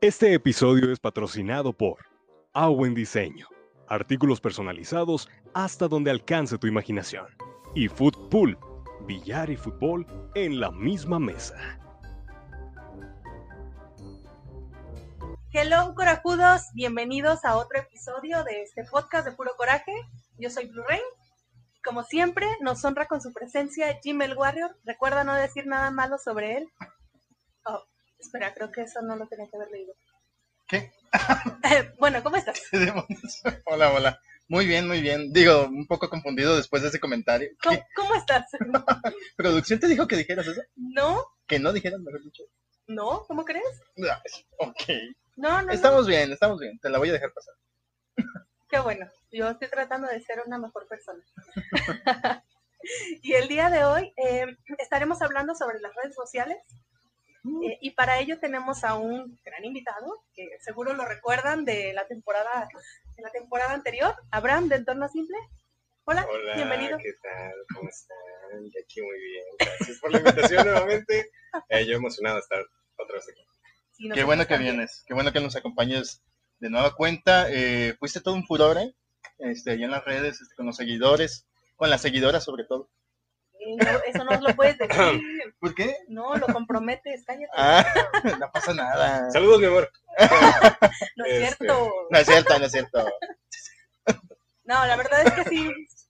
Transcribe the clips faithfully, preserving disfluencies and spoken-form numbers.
Este episodio es patrocinado por Awen Diseño, artículos personalizados hasta donde alcance tu imaginación, y Footpool, billar y fútbol en la misma mesa. Hello, corajudos, bienvenidos a otro episodio de este podcast de Puro Coraje. Yo soy Blue Rain. Como siempre, nos honra con su presencia Gmail Warrior. Recuerda no decir nada malo sobre él. Oh, espera, creo que eso no lo tenía que haber leído. ¿Qué? Eh, bueno, ¿cómo estás? Hola, hola. Muy bien, muy bien. Digo, un poco confundido después de ese comentario. ¿Cómo, ¿cómo estás? ¿Producción te dijo que dijeras eso? No, Que no dijeras, mejor dicho. no, ¿cómo crees? Ah, ok. No, no, Estamos no. bien, estamos bien. Te la voy a dejar pasar. Qué bueno, yo estoy tratando de ser una mejor persona. Y el día de hoy eh, estaremos hablando sobre las redes sociales. Eh, y para ello tenemos a un gran invitado, que seguro lo recuerdan de la temporada, de la temporada anterior, Abraham de Entorno Simple. Hola, Hola, bienvenido. ¿qué tal? ¿Cómo están? Y aquí muy bien. Gracias por la invitación nuevamente. Eh, yo emocionado de estar otra vez aquí. Sí, Qué bueno que también. vienes. Qué bueno que nos acompañes de nueva cuenta. Eh, fuiste todo un furore este, allá en las redes, este, con los seguidores, con las seguidoras sobre todo. Eh, no, eso no lo puedes decir. ¿Por qué? No, lo comprometes, cállate. Ah, no pasa nada. Saludos, mi amor. No es este, cierto. No es cierto, no es cierto. No, la verdad es que sí.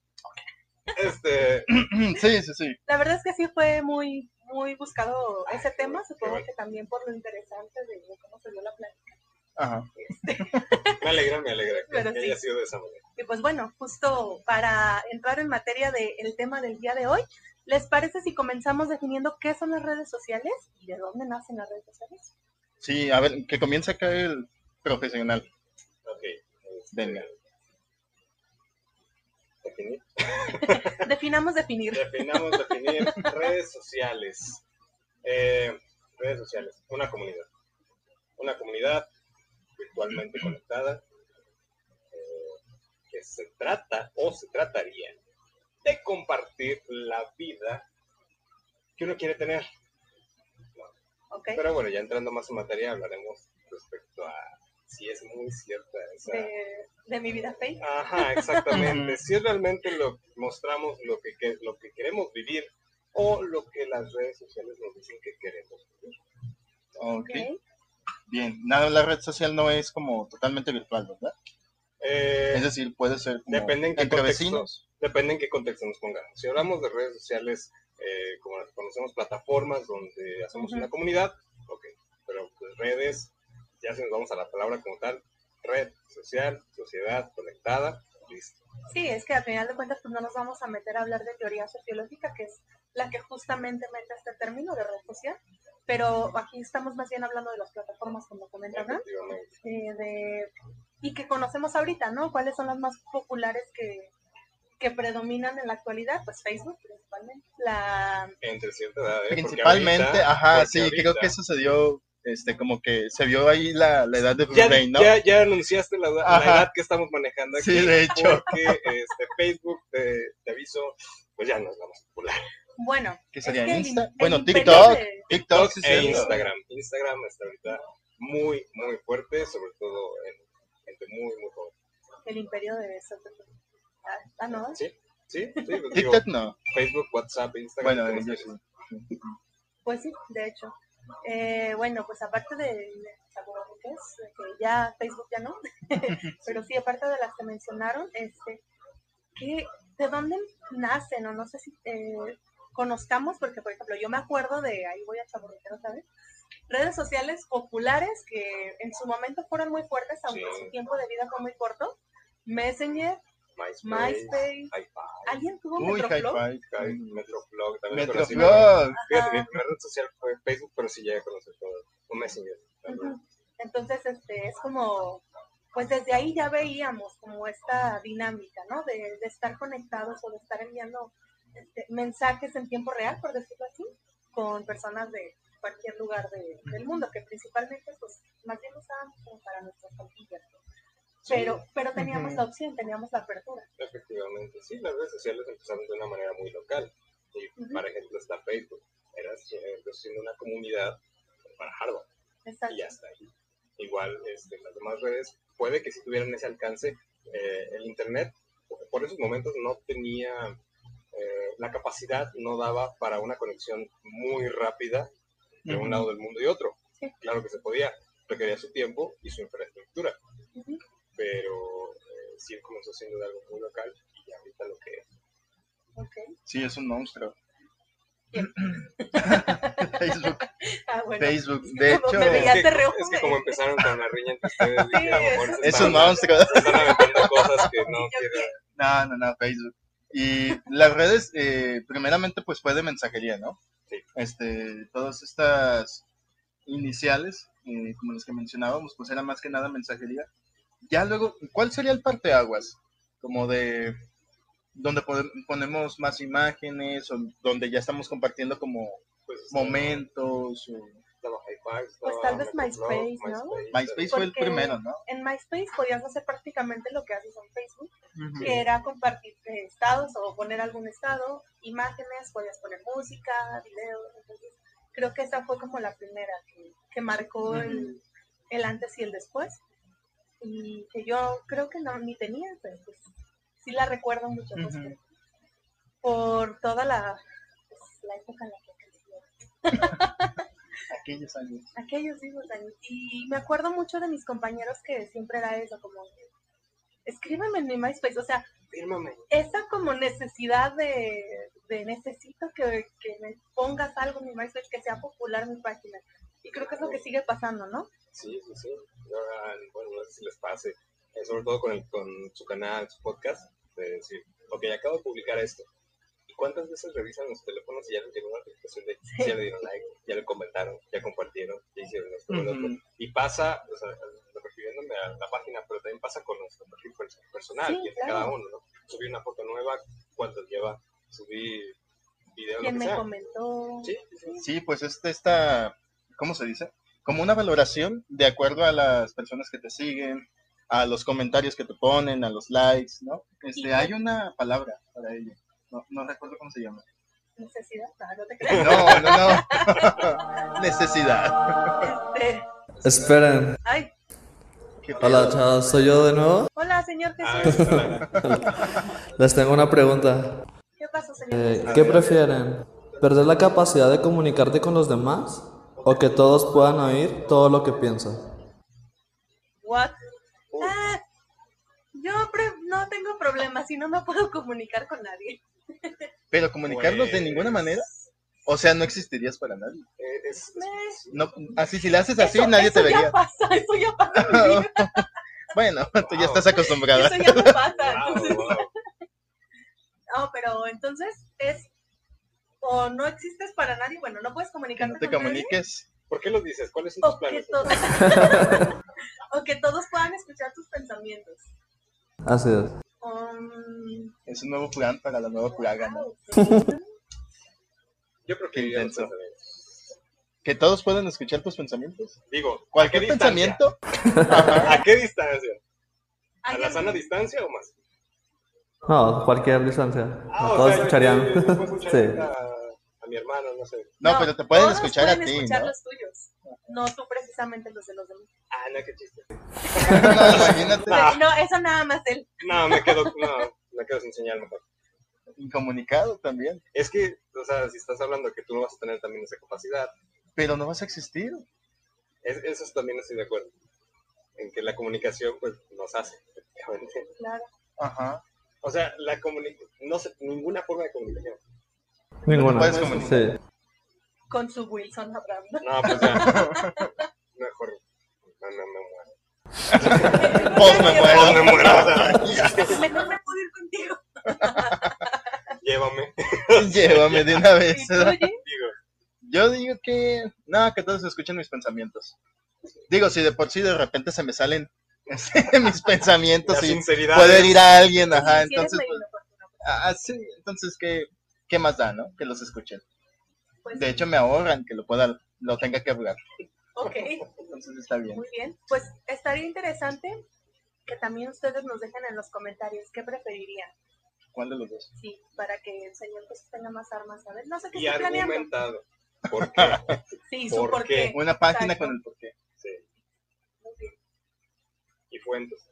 Este, Sí, sí, sí. La verdad es que sí fue muy, muy buscado ese tema. Supongo bueno. que también por lo interesante de cómo se dio la plática. Ajá. me alegra, me alegra que, Pero que sí. haya sido de esa manera. Y pues bueno, justo para entrar en materia del tema del día de hoy, ¿les parece si comenzamos definiendo qué son las redes sociales y de dónde nacen las redes sociales? Sí, a ver, que comience acá el profesional. Ok. Este, Venga. Definir. Definamos definir. Definamos, definir redes sociales. Eh, redes sociales, una comunidad. Una comunidad virtualmente conectada eh, que se trata o se trataría de compartir la vida que uno quiere tener. ¿Ok? Pero bueno, ya entrando más en materia hablaremos respecto a si es muy cierta esa... De, de mi vida fake. Ajá, exactamente. Si es realmente lo mostramos lo que, que, lo que queremos vivir o lo que las redes sociales nos dicen que queremos vivir. Ok. Ok. Bien, nada, la red social no es como totalmente virtual, ¿verdad? Eh, Es decir, puede ser como depende en qué entre contexto, vecinos. depende en qué contexto nos pongamos. Si hablamos de redes sociales, eh, como las conocemos, plataformas donde hacemos Uh-huh. una comunidad, ok, pero pues redes, ya si nos vamos a la palabra como tal, red social, sociedad conectada, listo. Sí, es que al final de cuentas pues no nos vamos a meter a hablar de teoría sociológica, que es la que justamente mete este término de red social, pero aquí estamos más bien hablando de las plataformas, como comenta Abraham, eh, de, y que conocemos ahorita, ¿no? ¿Cuáles son las más populares que, que predominan en la actualidad? Pues Facebook, principalmente. La... Entre cierta edad, ¿eh? Principalmente, Porque ahorita, ajá, porque sí, ahorita, creo que sucedió, este, como que se vio ahí la, la edad de Blue ya, Rain, ¿no? ya, ya anunciaste la, la Ajá. edad que estamos manejando aquí. Sí, de hecho. Porque este, Facebook, te, te aviso, pues ya no es la más popular. Bueno, ¿Qué sería? es que Insta? el, Bueno, el imperio TikTok. de... TikTok, sí, e cierto. Instagram. Instagram está ahorita muy, muy fuerte, sobre todo en gente muy, muy joven. El imperio de eso. Ah, ah, no. ¿Sí? ¿Sí? Sí, pues digo, TikTok no. Facebook, WhatsApp, Instagram. Bueno, ¿qué más yo quieres? sí. Pues sí, de hecho. Eh, bueno, pues aparte de, de Chaburruques, que ya Facebook ya no, pero sí, aparte de las que mencionaron, este, ¿qué, ¿de dónde nacen? O no sé si eh, conozcamos, porque por ejemplo, yo me acuerdo de, ahí voy a chaburruquero, ¿sabes? Redes sociales populares que en su momento fueron muy fuertes, aunque Sí. su tiempo de vida fue muy corto. Messenger, MySpace, MySpace. Hi-Fi, ¿Alguien tuvo Uy, Metroflog? Hi-Fi. Hi- Metroflog, también lo conocí. Metroflog. Fíjate, mi primera red social fue Facebook, pero sí llegué a conocer todo. O Messenger. Uh-huh. Entonces, este, es como, pues desde ahí ya veíamos como esta dinámica, ¿no? De, de estar conectados o de estar enviando este, mensajes en tiempo real, por decirlo así, con personas de cualquier lugar de, del mundo, que principalmente, pues, más bien usábamos como para nuestras familias, ¿no? Pero, pero teníamos Ujú. la opción, teníamos la apertura. Efectivamente, sí, las redes sociales empezaron de una manera muy local. Y, Uh-huh. por ejemplo, está Facebook. Eras eh, siendo una comunidad para hardware. Exacto. Y ya está ahí. igual este, las demás redes, puede que si tuvieran ese alcance, eh, el internet por esos momentos no tenía eh, la capacidad, no daba para una conexión muy rápida de uh-huh. un lado del mundo y otro. Sí. Claro que se podía, requería su tiempo y su infraestructura, uh-huh. pero eh, sí comenzó siendo de algo muy local y ahorita lo que es. Okay. Sí, es un monstruo. Facebook. Ah, bueno. Facebook, de hecho. Me es, que, es que como empezaron con la riña entre ustedes, sí, dije, a lo mejor es un monstruo. Se están aventando cosas que no quieren. No, no, no, Facebook. Y las redes, eh, primeramente, pues fue de mensajería, ¿no? Sí. Este, todas estas iniciales, eh, como las que mencionábamos, pues era más que nada mensajería. Ya luego, ¿cuál sería el parteaguas? Como de donde ponemos más imágenes o donde ya estamos compartiendo como pues, momentos o... Pues tal vez MySpace, ¿no? MySpace fue el primero, ¿no? En MySpace podías hacer prácticamente lo que haces en Facebook, uh-huh. que era compartir estados o poner algún estado, imágenes, podías poner música, videos, entonces creo que esa fue como la primera que, que marcó uh-huh. el, el antes y el después, y que yo creo que no, ni tenía, pero pues sí la recuerdo mucho, pues, uh-huh. por toda la, pues, la época en la que crecí. Aquellos años. Aquellos mismos años. Y me acuerdo mucho de mis compañeros que siempre era eso, como, escríbeme en mi MySpace, o sea, fírmame. Esa como necesidad de, de necesito que, que me pongas algo en mi MySpace, que sea popular mi página. Y creo que es lo que sigue pasando, ¿no? Sí, sí, sí. Bueno, no sé si les pase, eh, sobre todo con, el, con su canal, su podcast, de decir, ok, acabo de publicar esto. ¿Cuántas veces revisan los teléfonos y ya les llegó una notificación de sí. ya le dieron like, ya le comentaron, ya compartieron, ya hicieron esto, uh-huh. otro? Y pasa, o sea, refiriéndome a la página, pero también pasa con nuestro perfil personal, sí, que claro. cada uno, ¿no? Subí una foto nueva, ¿cuántos lleva? Subí video, ¿quién lo que me sea. comentó? Sí, sí. Sí, pues este está, ¿cómo se dice? Como una valoración de acuerdo a las personas que te siguen, a los comentarios que te ponen, a los likes, ¿no? Este, hay una palabra para ello. No, no recuerdo cómo se llama. ¿Necesidad? No, no te creas. No, no, no. Necesidad. Este... Esperen. Ay. Hola, chavos, ¿soy yo de nuevo? Hola, señor Jesús. Les tengo una pregunta. ¿Qué pasa, señor eh, Jesús? ¿Qué prefieren? ¿Perder la capacidad de comunicarte con los demás o que todos puedan oír todo lo que piensas? What? Ah, yo pre- no tengo problemas y no me puedo comunicar con nadie. Pero comunicarlos pues... de ninguna manera, o sea, no existirías para nadie. Eh, es, es, no, así si le haces así, eso, nadie eso te vería. Ya pasa, eso ya pasa en mi vida. Bueno, wow. tú ya estás acostumbrada. Eso ya no pasa. Wow, Entonces... wow. No, pero entonces es o no existes para nadie, bueno, no puedes comunicarte no te con comuniques. nadie. ¿Por qué lo dices? ¿Cuáles son tus O planes? que, todos... o que todos puedan escuchar tus pensamientos. Así es. Um... Es un nuevo plan para la nueva plaga, ¿no? Yo creo que intenso. ¿Que todos puedan escuchar tus pensamientos? Digo, ¿cualquier ¿a qué pensamiento? ¿A qué distancia? ¿A ¿A la sana distancia o más? No, cualquier distancia. Ah, todos sea, escucharían. Yo, yo, yo escuchar sí. a, a mi hermano, no sé. No, no pero te pueden todos escuchar pueden a ti, escuchar ¿no? los tuyos. No tú precisamente los de los demás. Ah, no, qué chiste. No, imagínate. No. no, eso nada más él. No, me quedo, no, me quedo sin señal mejor. Incomunicado también. Es que, o sea, si estás hablando que tú no vas a tener también esa capacidad. Pero no vas a existir. Es, eso también estoy de acuerdo. En que la comunicación, pues, nos hace, efectivamente. Claro. Ajá. O sea, la comunicación, no sé, ninguna forma de comunicación. Ninguna. No puedes comunicar. Sí. Con su Wilson hablando. No, pues ya. Mejor. No, no me muero. Vos me muero. Vos me muero. O sea, mejor me puedo ir contigo. Llévame. Llévame de una vez. ¿Y tú, oye? Digo. Yo digo que. No, que todos escuchen mis pensamientos. Digo, si de por sí de repente se me salen mis pensamientos y poder ir a alguien, ajá, sí, entonces. Si pues, ah, sí, entonces, ¿qué, ¿qué más da, no? Que los escuchen. Pues, de hecho, me ahorran que lo pueda, lo tenga que hablar. Ok. Entonces está bien. Muy bien. Pues estaría interesante que también ustedes nos dejen en los comentarios qué preferirían. ¿Cuál de los dos? Sí, para que el señor pues tenga más armas, a ver. No sé qué y estoy planeando. argumentado. ¿Por qué? Sí, su ¿Por por qué? qué. Una página Exacto. con el porqué. Sí. Muy cuentos.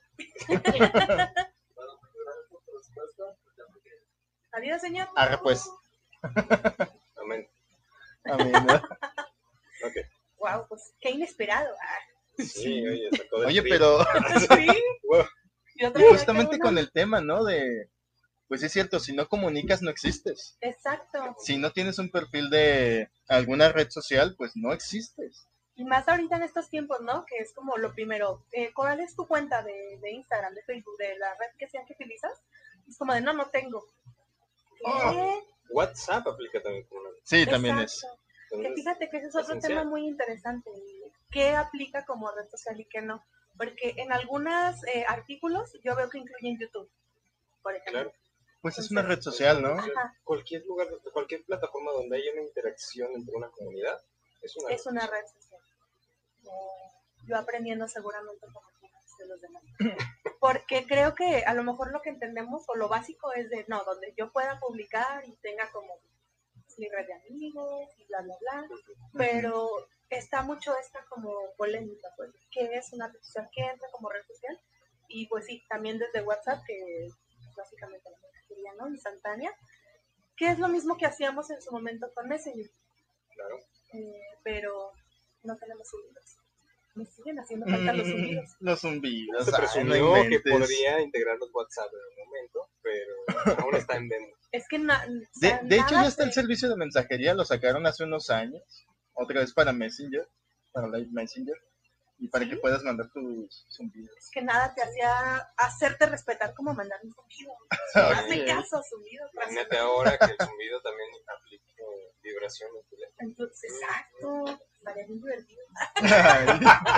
Adiós, señor. Arre, pues. Amén. Amén, ¿no? Ok. Wow, pues qué inesperado. Ah, Sí, oye, sacó del Oye, frío. pero sí. Wow. Y otra vez justamente tengo con una- el tema, ¿no? De, pues es cierto, si no comunicas, no existes. Exacto. Si no tienes un perfil de alguna red social, pues no existes. Y más ahorita en estos tiempos, ¿no? Que es como lo primero. Eh, ¿Cuál es tu cuenta de, de Instagram, de Facebook, de la red que sea que utilizas? Es como de, no, no tengo. ¿Qué? Oh. WhatsApp aplica también como una. Sí, también es. Exacto. Que Entonces, fíjate que ese es otro esencial. tema muy interesante. ¿Qué aplica como red social y qué no? Porque en algunos eh, artículos yo veo que incluyen YouTube, por ejemplo. Claro. Pues es una red social, ¿no? Ajá. Cualquier lugar, cualquier plataforma donde haya una interacción entre una comunidad es una. Es una red social. Eh, yo aprendiendo seguramente por algunos de los demás. Porque creo que a lo mejor lo que entendemos o lo básico es de, no, donde yo pueda publicar y tenga como mi red de amigos y bla, bla, bla. Pero está mucho esta como polémica, pues, ¿qué es una red social? ¿Qué entra como red social? Y pues sí, también desde WhatsApp, que es básicamente la mensajería, ¿no? Instantánea, que es lo mismo que hacíamos en su momento con Messenger. Claro. Eh, pero no tenemos subidos. Me siguen haciendo falta los subidos. Mm, los zumbidos. Se ay, presumió no que inventes. podría integrar los WhatsApp en un momento, pero aún está en demo. Es que na- o De, sea, de hecho, nada ya está el te- servicio de mensajería, lo sacaron hace unos años. Otra vez para Messenger, para Live Messenger. Y para ¿Sí? que puedas mandar tus zumbidos. es que nada te hacía hacerte respetar como mandar un zumbido. Oye. Hazme caso, zumbido. tras Imagínate zumbido. ahora que el zumbido también aplique vibración en tu teléfono. Entonces, exacto. Estaría muy divertido. Ay,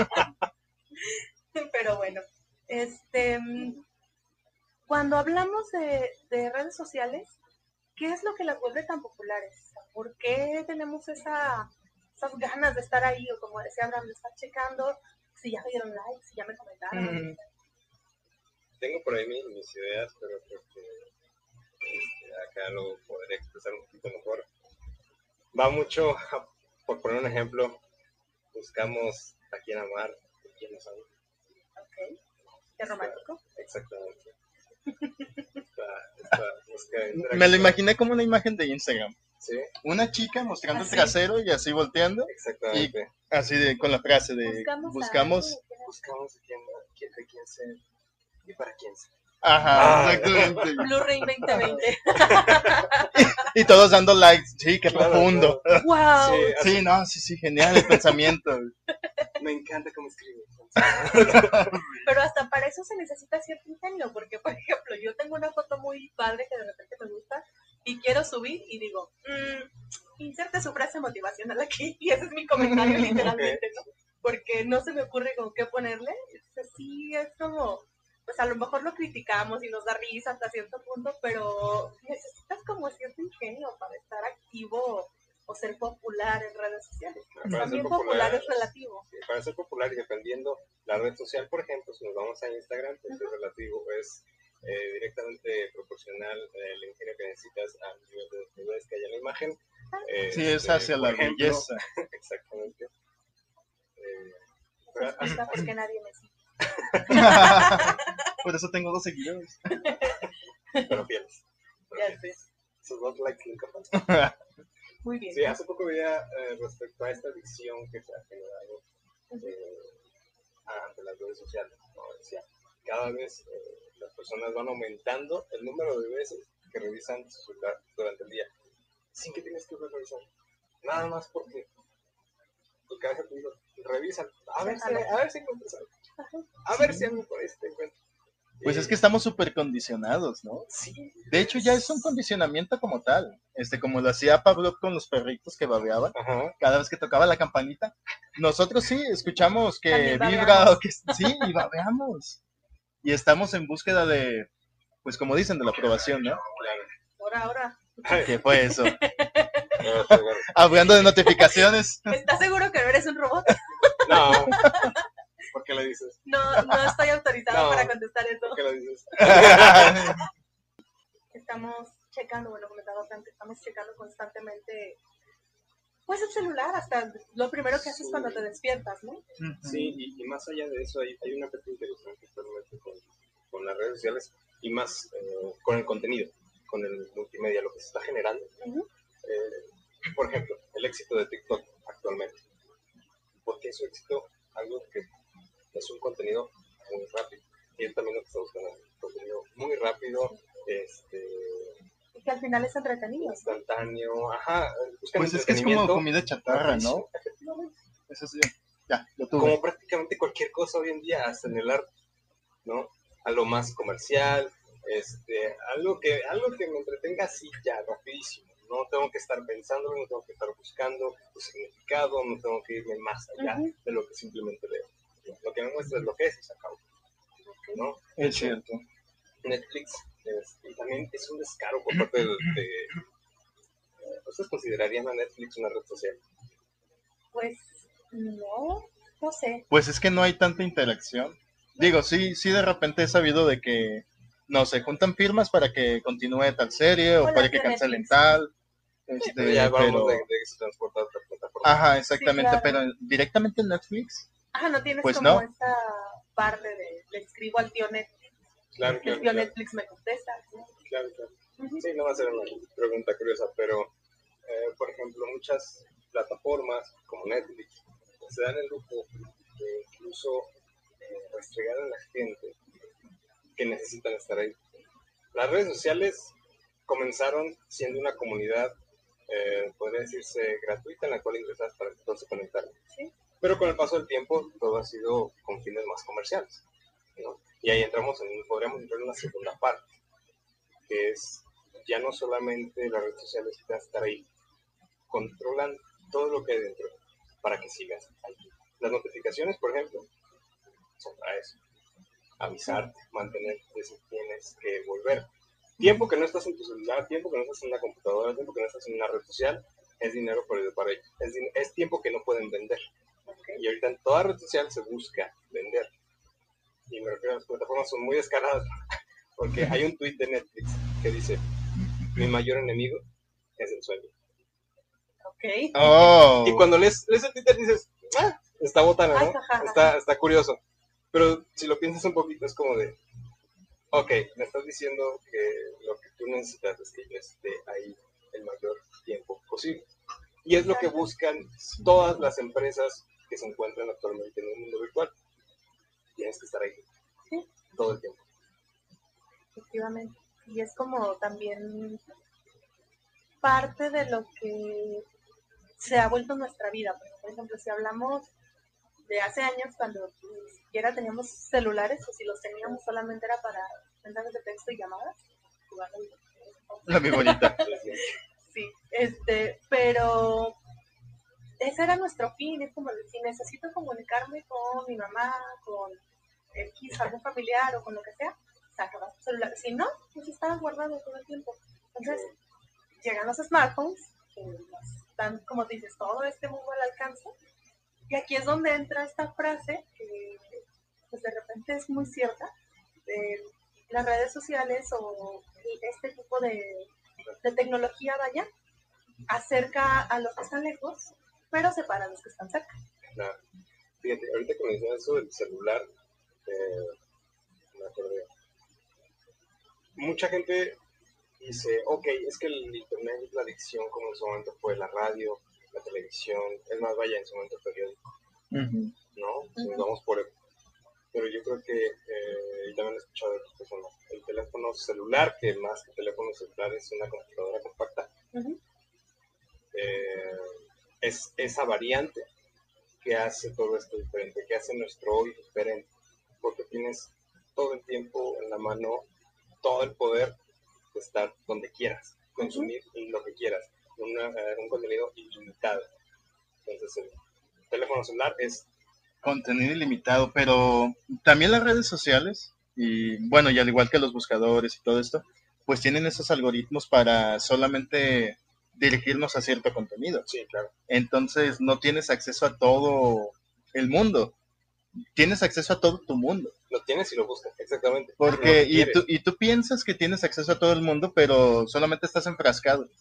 Pero bueno, este, mm, cuando hablamos de, de redes sociales, ¿qué es lo que las vuelve tan populares? ¿Por qué tenemos esa, esas ganas de estar ahí? O como decía Abraham, de estar checando si ya me dieron like, si ya me comentaron. Mm. Tengo por ahí mis, mis ideas, pero creo que este, acá lo podré expresar un poquito mejor. Va mucho, a- por poner un ejemplo, buscamos a quién amar, a quién nos ama. Ok, qué romántico. Exactamente. Esta, esta búsqueda de Me lo interacción. imaginé como una imagen de Instagram. Sí, Una chica mostrando Así. el trasero y así volteando. exactamente. Así de, con la frase de Buscamos, buscamos. a alguien Buscamos a quién, quién, de quién ser y para quién ser. Ajá, Ah. exactamente. Blu-ray veinte veinte. Y todos dando likes. Sí, qué Claro, profundo. claro. ¡Wow! Sí, así- Sí, no, sí, sí, genial el pensamiento. me encanta cómo escribe. Pero hasta para eso se necesita cierto ingenio, porque, por ejemplo, yo tengo una foto muy padre que de repente me gusta y quiero subir y digo, mmm, inserte su frase motivacional aquí, y ese es mi comentario literalmente, ¿no? Porque no se me ocurre con qué ponerle. Entonces, sí, es como, pues a lo mejor lo criticamos y nos da risa hasta cierto punto, pero necesitas como cierto ingenio para estar activo o ser popular en redes sociales. Para ser También popular, popular es relativo. Sí, para ser popular y dependiendo la red social, por ejemplo, si nos vamos a Instagram, pues es relativo, es eh, directamente proporcional eh, el ingenio que necesitas al nivel de fluidez que haya en la imagen. Eh, Sí, es este, hacia por la ejemplo, belleza. Exactamente. Eh, Se pero- explica por qué nadie me sigue. Por eso tengo dos seguidores. pero fieles. Ya sé. Sus dos likes nunca faltan. Muy bien. Sí, hace poco veía eh, respecto a esta adicción que se ha generado eh, ante las redes sociales. ¿No? Decía, cada vez eh, las personas van aumentando el número de veces que revisan su celular durante el día, sin que tienes que revisar. Nada más porque tu cabeza te dijo, revisan, a ver si, a ver si encuentras algo. A ver si algo por ahí te encuentras. Pues es que estamos súper condicionados, ¿no? Sí. De hecho, ya es un condicionamiento como tal. Este, como lo hacía Pablo con los perritos que babeaban. Ajá. Cada vez que tocaba la campanita. Nosotros sí, escuchamos que También vibra babeamos. o que sí, y babeamos. Y estamos en búsqueda de, pues como dicen, de la aprobación, ¿no? Claro. Ahora, ahora. ¿Qué fue eso? No, pues, bueno. Hablando de notificaciones. ¿Estás seguro que no eres un robot? No. ¿Por qué le dices? No, no estoy autorizado No. para contestar eso. ¿Por qué le dices? Estamos checando, bueno, comentaba antes, estamos checando constantemente Pues el celular, hasta lo primero que haces Sí. cuando te despiertas, ¿no? Sí, y, y más allá de eso, hay, hay una parte interesante actualmente con, con las redes sociales y más eh, con el contenido, con el multimedia, lo que se está generando. Ujú. Eh, por ejemplo, el éxito de TikTok actualmente. ¿Por qué su éxito? Algo que es un contenido muy rápido. Y es también lo que está buscando, contenido muy rápido, este, Y que al final es entretenido. instantáneo, ajá, buscan Pues es que es como entretenimiento comida chatarra, rapidísimo, ¿no? efectivamente. Eso sí. Ya, lo tuve. Como prácticamente cualquier cosa hoy en día, hasta en el arte, ¿no? A lo más comercial, este, algo que, algo que me entretenga así ya, rapidísimo. No tengo que estar pensando, no tengo que estar buscando su significado, no tengo que irme más allá Ujú. de lo que simplemente leo. Lo que me muestra es lo que es y se acabó, ¿no? Es cierto. Netflix, este, y también es un descaro por parte de, de ¿ustedes considerarían a Netflix una red social? Pues no, no sé. Pues es que no hay tanta interacción. Digo, sí, sí de repente he sabido de que, no sé, juntan firmas para que continúe tal serie o Hola, para que tío cancelen Netflix. tal. Pero Este, ya hablamos pero... de, de que se transporta a otra plataforma. Ajá, exactamente, Sí, claro. pero directamente en Netflix, Ajá, no tienes pues como no. esta parte de le escribo al tío Netflix, Claro, el claro, tío claro, Netflix me contesta, ¿no? claro, claro. Ujú. Sí, no va a ser una pregunta curiosa, pero, eh, por ejemplo, muchas plataformas como Netflix se dan el lujo de incluso eh, restregar a la gente que necesitan estar ahí. Las redes sociales comenzaron siendo una comunidad, eh, podría decirse, gratuita, en la cual ingresas para que todos se conectaran. Sí. Pero con el paso del tiempo, todo ha sido con fines más comerciales, ¿no? Y ahí entramos en, podríamos entrar en una segunda parte, que es ya no solamente las redes sociales que van a estar ahí, controlan todo lo que hay dentro para que sigas ahí. Las notificaciones, por ejemplo, son para eso. Avisarte, mantenerte si tienes que volver. Tiempo que no estás en tu celular, tiempo que no estás en una computadora, tiempo que no estás en una red social, es dinero perdido para ellos. Es, es tiempo que no pueden vender. Okay. Y ahorita en toda red social se busca vender. Y me refiero a las plataformas son muy descaradas. Porque hay un tweet de Netflix que dice, mi mayor enemigo es el sueño. Ok. Oh. Y cuando lees, lees el Twitter dices, ah, está botana, ¿no? Ajá, ajá. Está, está curioso. Pero si lo piensas un poquito es como de, ok, me estás diciendo que lo que tú necesitas es que yo esté ahí el mayor tiempo posible. Y es lo que buscan todas las empresas que se encuentran actualmente en el mundo virtual. Tienes que estar ahí Sí. todo el tiempo. Efectivamente. Y es como también parte de lo que se ha vuelto nuestra vida. Por ejemplo, si hablamos de hace años, cuando ni siquiera teníamos celulares, o si los teníamos solamente era para mensajes de texto y llamadas. La mi bonita. Sí, este, pero ese era nuestro fin. Es como si necesito comunicarme con mi mamá, con X, algún familiar o con lo que sea, sacabas tu celular. Si no, pues estabas guardado todo el tiempo. Entonces, llegan los smartphones, que nos dan, como dices, todo este mundo al alcance. Y aquí es donde entra esta frase que pues de repente es muy cierta. De las redes sociales o este tipo de, de tecnología, vaya, acerca a los que están lejos, pero separa a los que están cerca. Claro. Fíjate, ahorita que mencionas eso del celular, eh, me acordé. Mucha gente dice, ok, es que el internet es la adicción como en su momento fue la radio, la televisión, es más, vaya, en su momento el periódico, Uh-huh. ¿no? Si nos Ujú. vamos por él. Pero yo creo que, eh, y también he escuchado de otras personas, el teléfono celular, que más que teléfono celular es una computadora compacta, Ujú. eh, es esa variante que hace todo esto diferente, que hace nuestro hoy diferente, porque tienes todo el tiempo en la mano, todo el poder de estar donde quieras, consumir uh-huh. lo que quieras, una, uh, un contenido ilimitado. Entonces el teléfono celular es contenido ilimitado, pero también las redes sociales, y bueno, y al igual que los buscadores y todo esto, pues tienen esos algoritmos para solamente dirigirnos a cierto contenido. Sí, claro. Entonces no tienes acceso a todo el mundo, tienes acceso a todo tu mundo. Lo tienes y lo buscas, exactamente. Porque, y tú, y tú piensas que tienes acceso a todo el mundo, pero solamente estás enfrascado.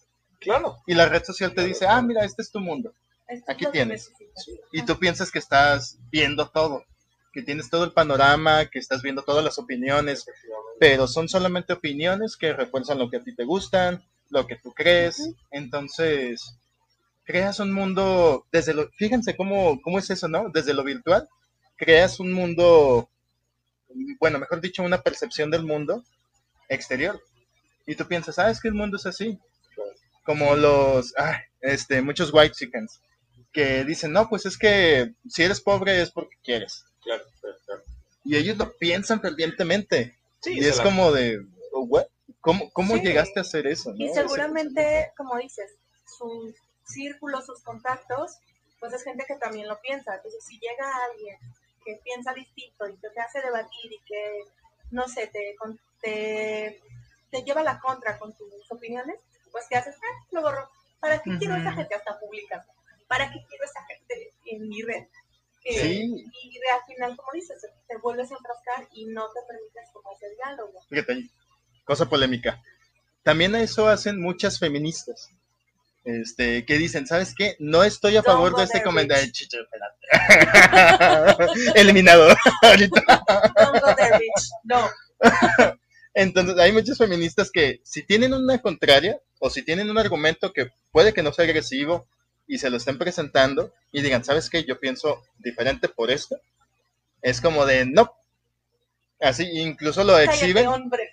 Claro. Y la red social te Claro, dice, claro. ah, mira, este es tu mundo. Esto es Aquí lo que tienes. necesitas. Y tú piensas que estás viendo todo, que tienes todo el panorama, que estás viendo todas las opiniones, Efectivamente. pero son solamente opiniones que refuerzan lo que a ti te gustan, lo que tú crees. Ujú. Entonces, creas un mundo desde lo, fíjense cómo, cómo es eso, ¿no? Desde lo virtual, creas un mundo, bueno, mejor dicho, una percepción del mundo exterior. Y tú piensas, ah, es que el mundo es así. Claro. Como los, ah, este, muchos white chickens que dicen, no, pues es que si eres pobre es porque quieres. Claro, claro, claro. Y ellos lo piensan fervientemente. Sí, Y se es la- como de, oh, what? ¿Cómo, cómo Sí. llegaste a hacer eso? ¿no? Y seguramente, como dices, sus círculos, sus contactos, pues es gente que también lo piensa. Entonces, si llega alguien que piensa distinto y que te hace debatir y que, no sé, te, con- te, te lleva a la contra con tus opiniones, pues ¿qué haces? Ah, lo borro. ¿Para qué quiero esa Ujú. gente hasta pública? ¿Para qué quiero esa gente en mi red? Eh, Sí. Y de- al final, como dices, te vuelves a enfrascar y no te permites como ese diálogo. Fíjate, cosa polémica. También eso hacen muchas feministas. Este, que dicen, ¿sabes qué? No estoy a Don't favor go de este there, comentario. bitch. Chicho, espérate. Eliminado. Ahorita. Don't go there, bitch. No. Entonces, hay muchas feministas que si tienen una contraria o si tienen un argumento que puede que no sea agresivo y se lo estén presentando y digan, ¿sabes qué? Yo pienso diferente por esto. Es como de, no. Así, incluso lo Cállate, exhiben. hombre.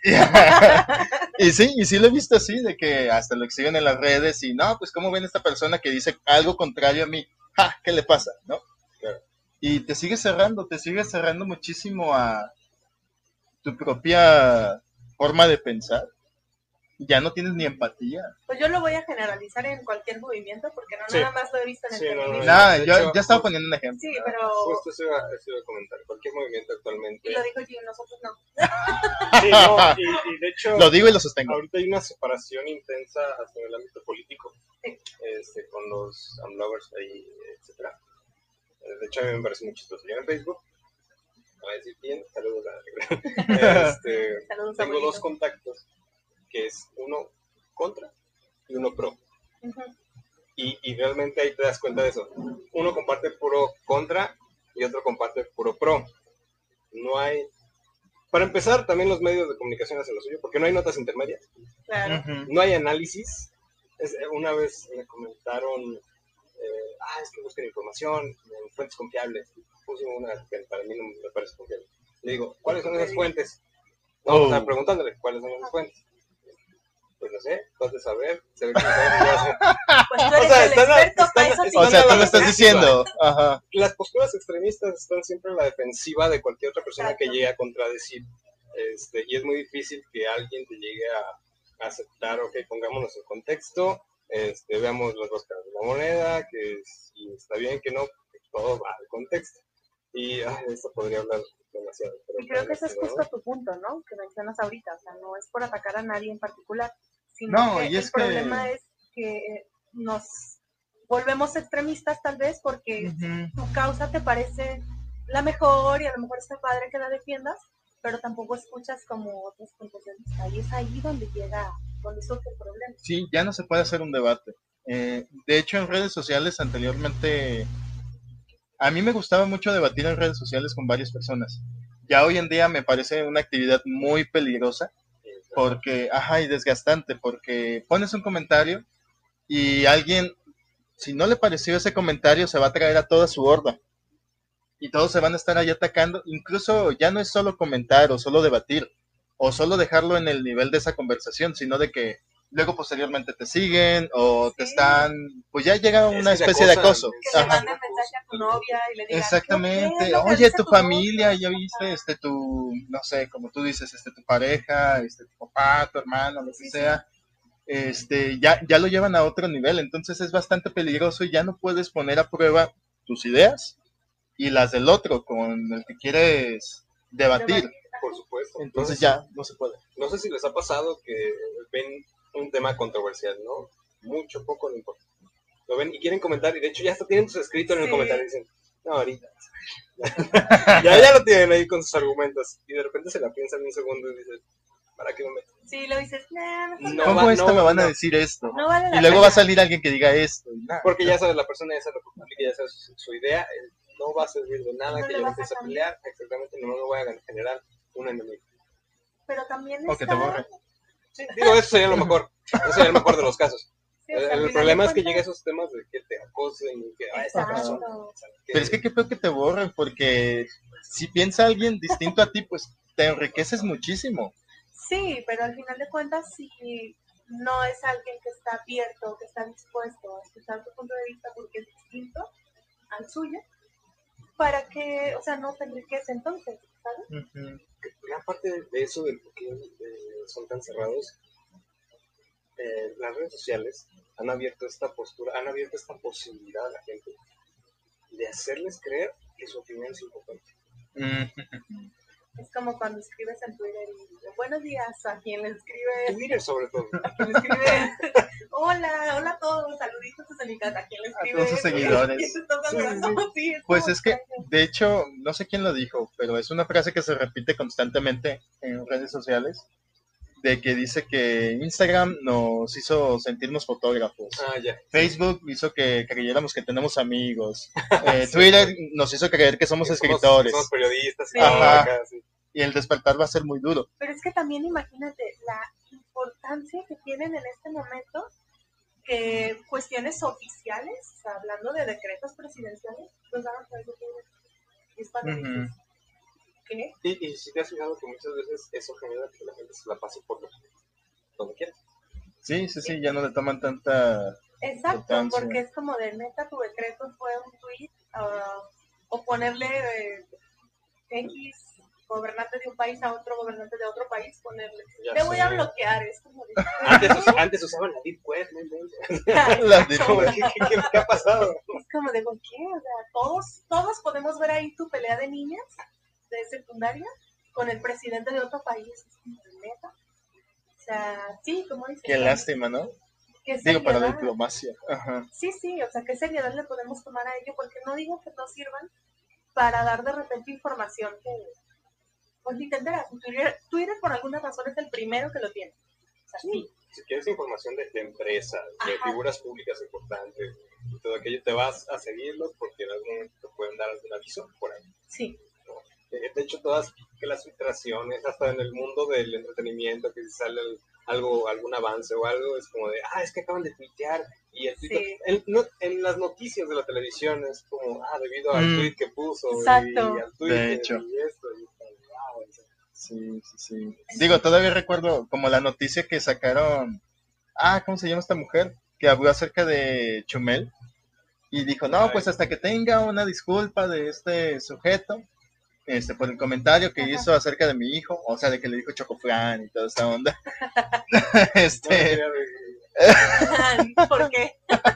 Y sí, y sí lo he visto así, de que hasta lo exhiben en las redes y no, pues cómo ven esta persona que dice algo contrario a mí, ¡ja! ¿Qué le pasa? ¿No? Claro. Y te sigue cerrando, te sigue cerrando muchísimo a tu propia forma de pensar. Ya no tienes ni empatía. Pues yo lo voy a generalizar en cualquier movimiento porque no Sí. nada más lo he visto en el Sí, no, no, feminismo. Nah, de yo, hecho, yo estaba justo- poniendo un ejemplo. Sí, pero... Justo eso iba, eso iba a comentar. Cualquier movimiento actualmente. Y lo dijo Jim, nosotros no. Sí, no, y, y de hecho, Lo digo y lo sostengo. ahorita hay una separación intensa hasta en el ámbito político, Sí. este, con los unlovers ahí, etcétera. De hecho, a mí me parece muy chistoso. Yo en Facebook, voy a decir bien, saludos a este, Saludos, tengo abuelito. dos contactos, que es uno contra y uno pro. Ujú. Y, y realmente ahí te das cuenta de eso. Uno comparte puro contra y otro comparte puro pro. No hay... Para empezar, también los medios de comunicación hacen lo suyo, porque no hay notas intermedias, Claro. Ujú. no hay análisis. Es- una vez me comentaron, eh, ah, es que busquen información en fuentes confiables. Puse una que para mí no me parece confiable. Le digo, ¿cuáles son esas fuentes? No, Oh. o sea, preguntándole, ¿cuáles son esas fuentes? Pues no sé, vas de saber, se ve que no sabes. Pues tú eres sea, el están a- experto, están- para eso están O sea, a tú la me estás defensiva. diciendo, ajá. Las posturas extremistas están siempre en la defensiva de cualquier otra persona que Exacto. llegue a contradecir. Este, y es muy difícil que alguien te llegue a, a aceptar, ok, pongámonos en contexto, este, veamos las dos caras de la moneda, que si está bien, que no, que todo va al contexto. Y ay, de esto podría hablar demasiado. Pero Y creo que ese es ¿no? justo tu punto, ¿no? Que mencionas ahorita. O sea, no es por atacar a nadie en particular, sino No, que y es el que- problema es que nos volvemos extremistas tal vez porque Ujú. tu causa te parece la mejor y a lo mejor está padre que la defiendas, pero tampoco escuchas como otros puntos de vista. Y es ahí donde llega, donde surge el problema. Sí, ya no se puede hacer un debate. Eh, de hecho, en redes sociales anteriormente, a mí me gustaba mucho debatir en redes sociales con varias personas. Ya hoy en día me parece una actividad muy peligrosa porque, ajá, y desgastante, porque pones un comentario y alguien, si no le pareció ese comentario, se va a traer a toda su horda. Y todos se van a estar ahí atacando. Incluso ya no es solo comentar o solo debatir o solo dejarlo en el nivel de esa conversación, sino de que luego posteriormente te siguen o te Sí. están, pues ya llega Es una que te especie de acosan. acoso. Que le Ajá. manden mensaje a tu novia y le digan, Exactamente. ¿qué es lo que Oye, dice tu tu familia, novia? ya viste, este, tu, no sé, como tú dices, este, tu pareja, este, tu papá, tu hermano, lo que Sí, sí. sea, este, ya, ya lo llevan a otro nivel. Entonces es bastante peligroso y ya no puedes poner a prueba tus ideas y las del otro con el que quieres debatir. Por supuesto. Entonces No sé ya no se puede. si- no sé si les ha pasado que ven un tema controversial, ¿no? Mucho, poco, no importa. Lo ven y quieren comentar, y de hecho ya hasta tienen su escrito en el Sí. comentario y dicen, no, ahorita. ya, ya lo tienen ahí con sus argumentos. Y de repente se la piensan un segundo y dicen, ¿para qué me meto? Sí, lo dices, nah, mejor No no, ¿Cómo va- esto no, me van a no. decir esto? no vale la Y luego pena. va a salir alguien que diga esto. y nada. Porque ya sabes, la persona ya sabe lo que publica, ya sabes su, su idea, eh, no va a servir de nada No que le yo me vas a empiece a cambiar. pelear, exactamente, no me voy a generar un enemigo. Pero también O que te está... borre. Sí, digo, eso sería lo mejor, eso sería el mejor de los casos. Sí, o El, sea, al el final problema de es que cuentas- llegue a esos temas de que te acosen y que, ah, esta Exacto. persona, o sea, que- Pero es que qué feo que te borren, porque si piensa alguien distinto a ti, pues te enriqueces muchísimo. Sí, pero al final de cuentas, si no es alguien que está abierto, que está dispuesto a escuchar tu punto de vista porque es distinto al suyo, para que, o sea, no te enriquece entonces, ¿sabes? Ujú. gran parte de eso, de por qué eh, son tan cerrados, eh, las redes sociales han abierto esta postura, han abierto esta posibilidad a la gente de hacerles creer que su opinión es importante. Ujú. Es como cuando escribes en Twitter y buenos días a quien le escribe, Twitter sobre todo. a quien le escribe hola, hola a todos, saluditos desde mi casa, a quien le A escribe todos sus seguidores. y te toca el Sí, corazón, sí, es Pues como es que, extraño. de hecho, no sé quién lo dijo, pero es una frase que se repite constantemente en redes sociales, de que dice que Instagram nos hizo sentirnos fotógrafos, Ah, ya. Facebook hizo que creyéramos que tenemos amigos, eh, Sí, Twitter nos hizo creer que somos Que somos- escritores, que somos periodistas. Sí. y todo Ajá. acá, sí. y el despertar va a ser muy duro. Pero es que también imagínate la importancia que tienen en este momento que cuestiones oficiales, o sea, hablando de decretos presidenciales, los dan a través de Twitter. Y es cuando Ujú. dices, ¿qué? Y, y si te has fijado que muchas veces eso genera que la gente se la pase por donde quiera. Sí, sí, sí, ya no le toman tanta... Exacto, Importancia. porque es como de neta tu decreto fue un tweet ah, o ponerle eh, X gobernante de un país a otro gobernante de otro país, ponerle, Ya te voy sé. a bloquear, es como de, Antes, us- antes usaban la Deep Web, ¿no? La de- Exacto. ¿Qué, qué, qué, qué ha pasado? Es como de, ¿por qué? O sea, todos, todos podemos ver ahí tu pelea de niñas de secundaria con el presidente de otro país. Es como de neta. O sea, sí, como dices. Qué ¿no? lástima, ¿no? ¿Qué Digo, para la seriedad? diplomacia. Ajá. Sí, sí, o sea, ¿qué seriedad le podemos tomar a ello? Porque no digo que no sirvan para dar de repente información que, pues ni te enteras. Twitter, Twitter por alguna razón es el primero que lo tiene. O sea, sí. Si quieres información de, de empresas, de Ajá. figuras públicas importantes y todo aquello, te vas a seguirlos porque en algún momento te pueden dar algún aviso por ahí. Sí. Eh, De hecho, todas que las filtraciones, hasta en el mundo del entretenimiento, que si sale el- algo, algún avance o algo, es como de, ah, es que acaban de tuitear. Y el tuit, Sí. en, no- en las noticias de la televisión es como, ah, debido al Mm. tweet que puso Exacto. y al tweet De hecho. y esto. Y, wow, o sea, Sí, sí, sí. Digo, todavía recuerdo como la noticia que sacaron. Ah, ¿cómo se llama esta mujer? Que habló acerca de Chumel. Y dijo, no, Ay. pues hasta que tenga una disculpa de este sujeto, este, por el comentario que Ajá. hizo acerca de mi hijo, o sea, de que le dijo Chocoflan y toda esa onda. no este, quería ver- ¿Por qué?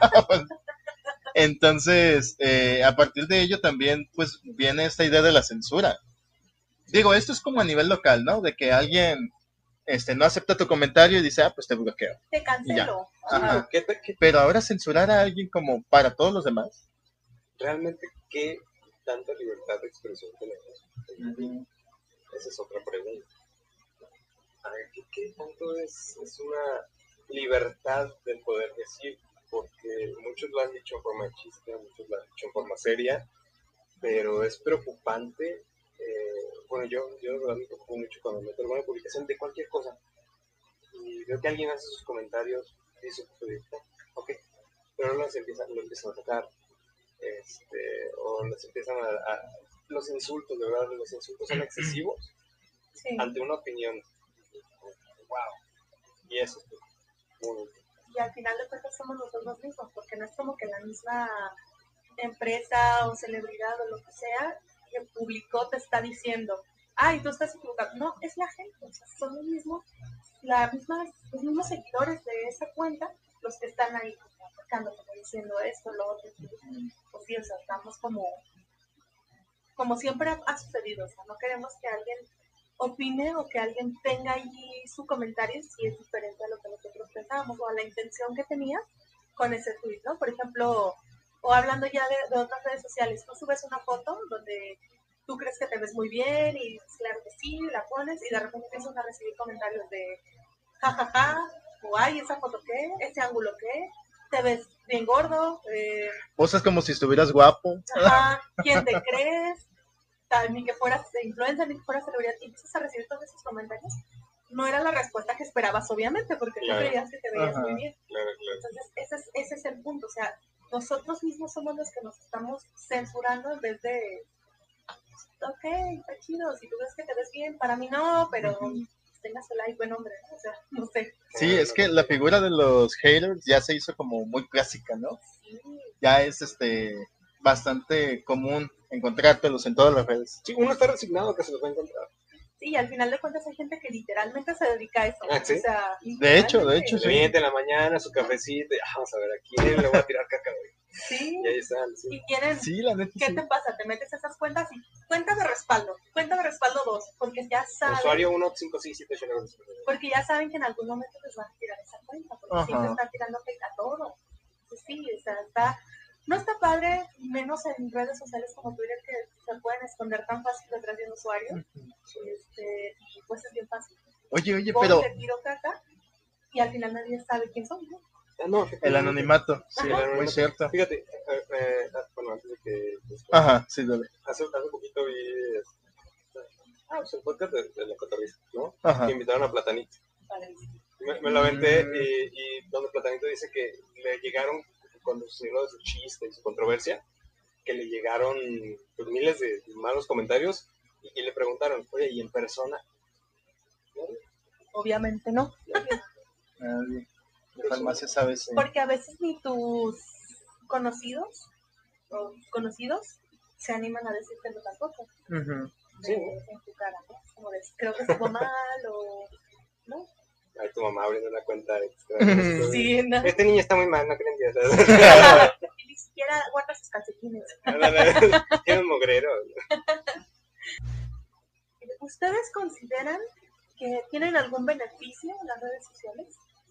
entonces, eh, a partir de ello también, pues, viene esta idea de la censura. Digo, esto es como a nivel local, ¿no? De que alguien, este, no acepta tu comentario y dice, ah, pues te bloqueo. Te cancelo. Ajá. Ajá. ¿Qué te- qué- Pero ahora censurar a alguien como para todos los demás. realmente qué tanta libertad de expresión tenemos? Esa es otra pregunta. A ver, ¿qué, qué tanto es, es una libertad de poder decir? Porque muchos lo han dicho en forma de chiste, muchos lo han dicho en forma seria, pero es preocupante. Eh, bueno, yo, yo de verdad me preocupo mucho cuando meto alguna publicación de cualquier cosa y veo que alguien hace sus comentarios y dice, pues, ok, pero no los empiezan, lo empiezan a atacar, este, o les empiezan a, a los insultos, de verdad, los insultos son excesivos Sí. ante una opinión. Wow. Y eso es muy... Y al final de cuentas somos nosotros mismos, porque no es como que la misma empresa o celebridad o lo que sea que publicó te está diciendo, ay, tú estás equivocado. No, es la gente, o sea, son los mismos, la misma, los mismos seguidores de esa cuenta los que están ahí como atacando, como diciendo esto, lo otro. Pues sí, o sea, estamos como, como siempre ha sucedido, o sea, no queremos que alguien opine o que alguien tenga ahí su comentario si es diferente a lo que nosotros pensábamos o a la intención que tenía con ese tweet, ¿no? Por ejemplo, o hablando ya de, de otras redes sociales, tú subes una foto donde tú crees que te ves muy bien y dices, claro que sí, la pones y de repente empiezas a recibir comentarios de jajaja, ja, ja, o ay, esa foto qué, ese ángulo qué, te ves bien gordo, eh, Posas como si estuvieras guapo. ajá, ¿quién te crees? Tal, ni que fueras influencer, ni que fueras celebridad, y empiezas a recibir todos esos comentarios. No era la respuesta que esperabas, obviamente, porque Claro. tú creías que te veías Ajá. muy bien. Claro, claro. Entonces, ese es, ese es el punto. O sea, nosotros mismos somos los que nos estamos censurando en vez de, ok, está chido, si tú ves que te ves bien, para mí no, pero Ujú. tengas el like, buen hombre, ¿no? O sea, no sé. Sí, es que la figura de los haters ya se hizo como muy clásica, ¿no? Sí, Ya es este bastante común encontrártelos en todas las redes. Sí, uno está resignado a que se los va a encontrar. sí, y al final de cuentas hay gente que literalmente se dedica a eso. Ah, ¿sí? O sea, De hecho, de literalmente. hecho, Se sí. levanta en la mañana, su cafecito, y, ah, vamos a ver a quién le voy a tirar caca hoy. Sí, Y ahí están, sí. y quieren, Sí, la neta ¿qué sí. te pasa? Te metes a esas cuentas y cuenta de respaldo, cuenta de respaldo dos, porque ya saben, Usuario uno cinco seis siete ocho nueve. porque ya saben que en algún momento les van a tirar esa cuenta, porque Ajá. siempre están tirando hate a todo. Entonces, sí, o sea, está, no está padre, menos en redes sociales como Twitter, que se pueden esconder tan fácil detrás de un usuario, este, y pues es bien fácil. Oye, oye, Voy, pero le tiro caca, y al final nadie sabe quién son, ¿no? Ah, no, el anonimato, sí, el anonimato. muy cierto. Fíjate, eh, eh, ah, bueno, antes de que... después- Ajá, sí, dale. Hace, hace poquito vi este, ah, pues el podcast de, de La Cotorrisa, ¿no? Ajá. Que invitaron a Platanito. Padrísimo. Me, me lo aventé Mm. y, y donde Platanito dice que le llegaron, cuando se dio de su chiste y su controversia, que le llegaron pues, miles de malos comentarios y, y le preguntaron, oye, ¿y en persona? Nadie, Obviamente no, nadie. Nadie. De farmacia sabes. Sí. porque a veces ni tus conocidos o conocidos se animan a decírtelo tampoco. Ujú. De, Sí. en tu cara, ¿no? Como de, creo que estuvo mal o... ¿no? Ay, tu mamá abriendo una cuenta extra. Sí, no. Este niño está muy mal, no creen Dios. Y ni siquiera guarda sus calcetines. Tiene un mugrero. ¿Ustedes consideran que tienen algún beneficio en las redes sociales?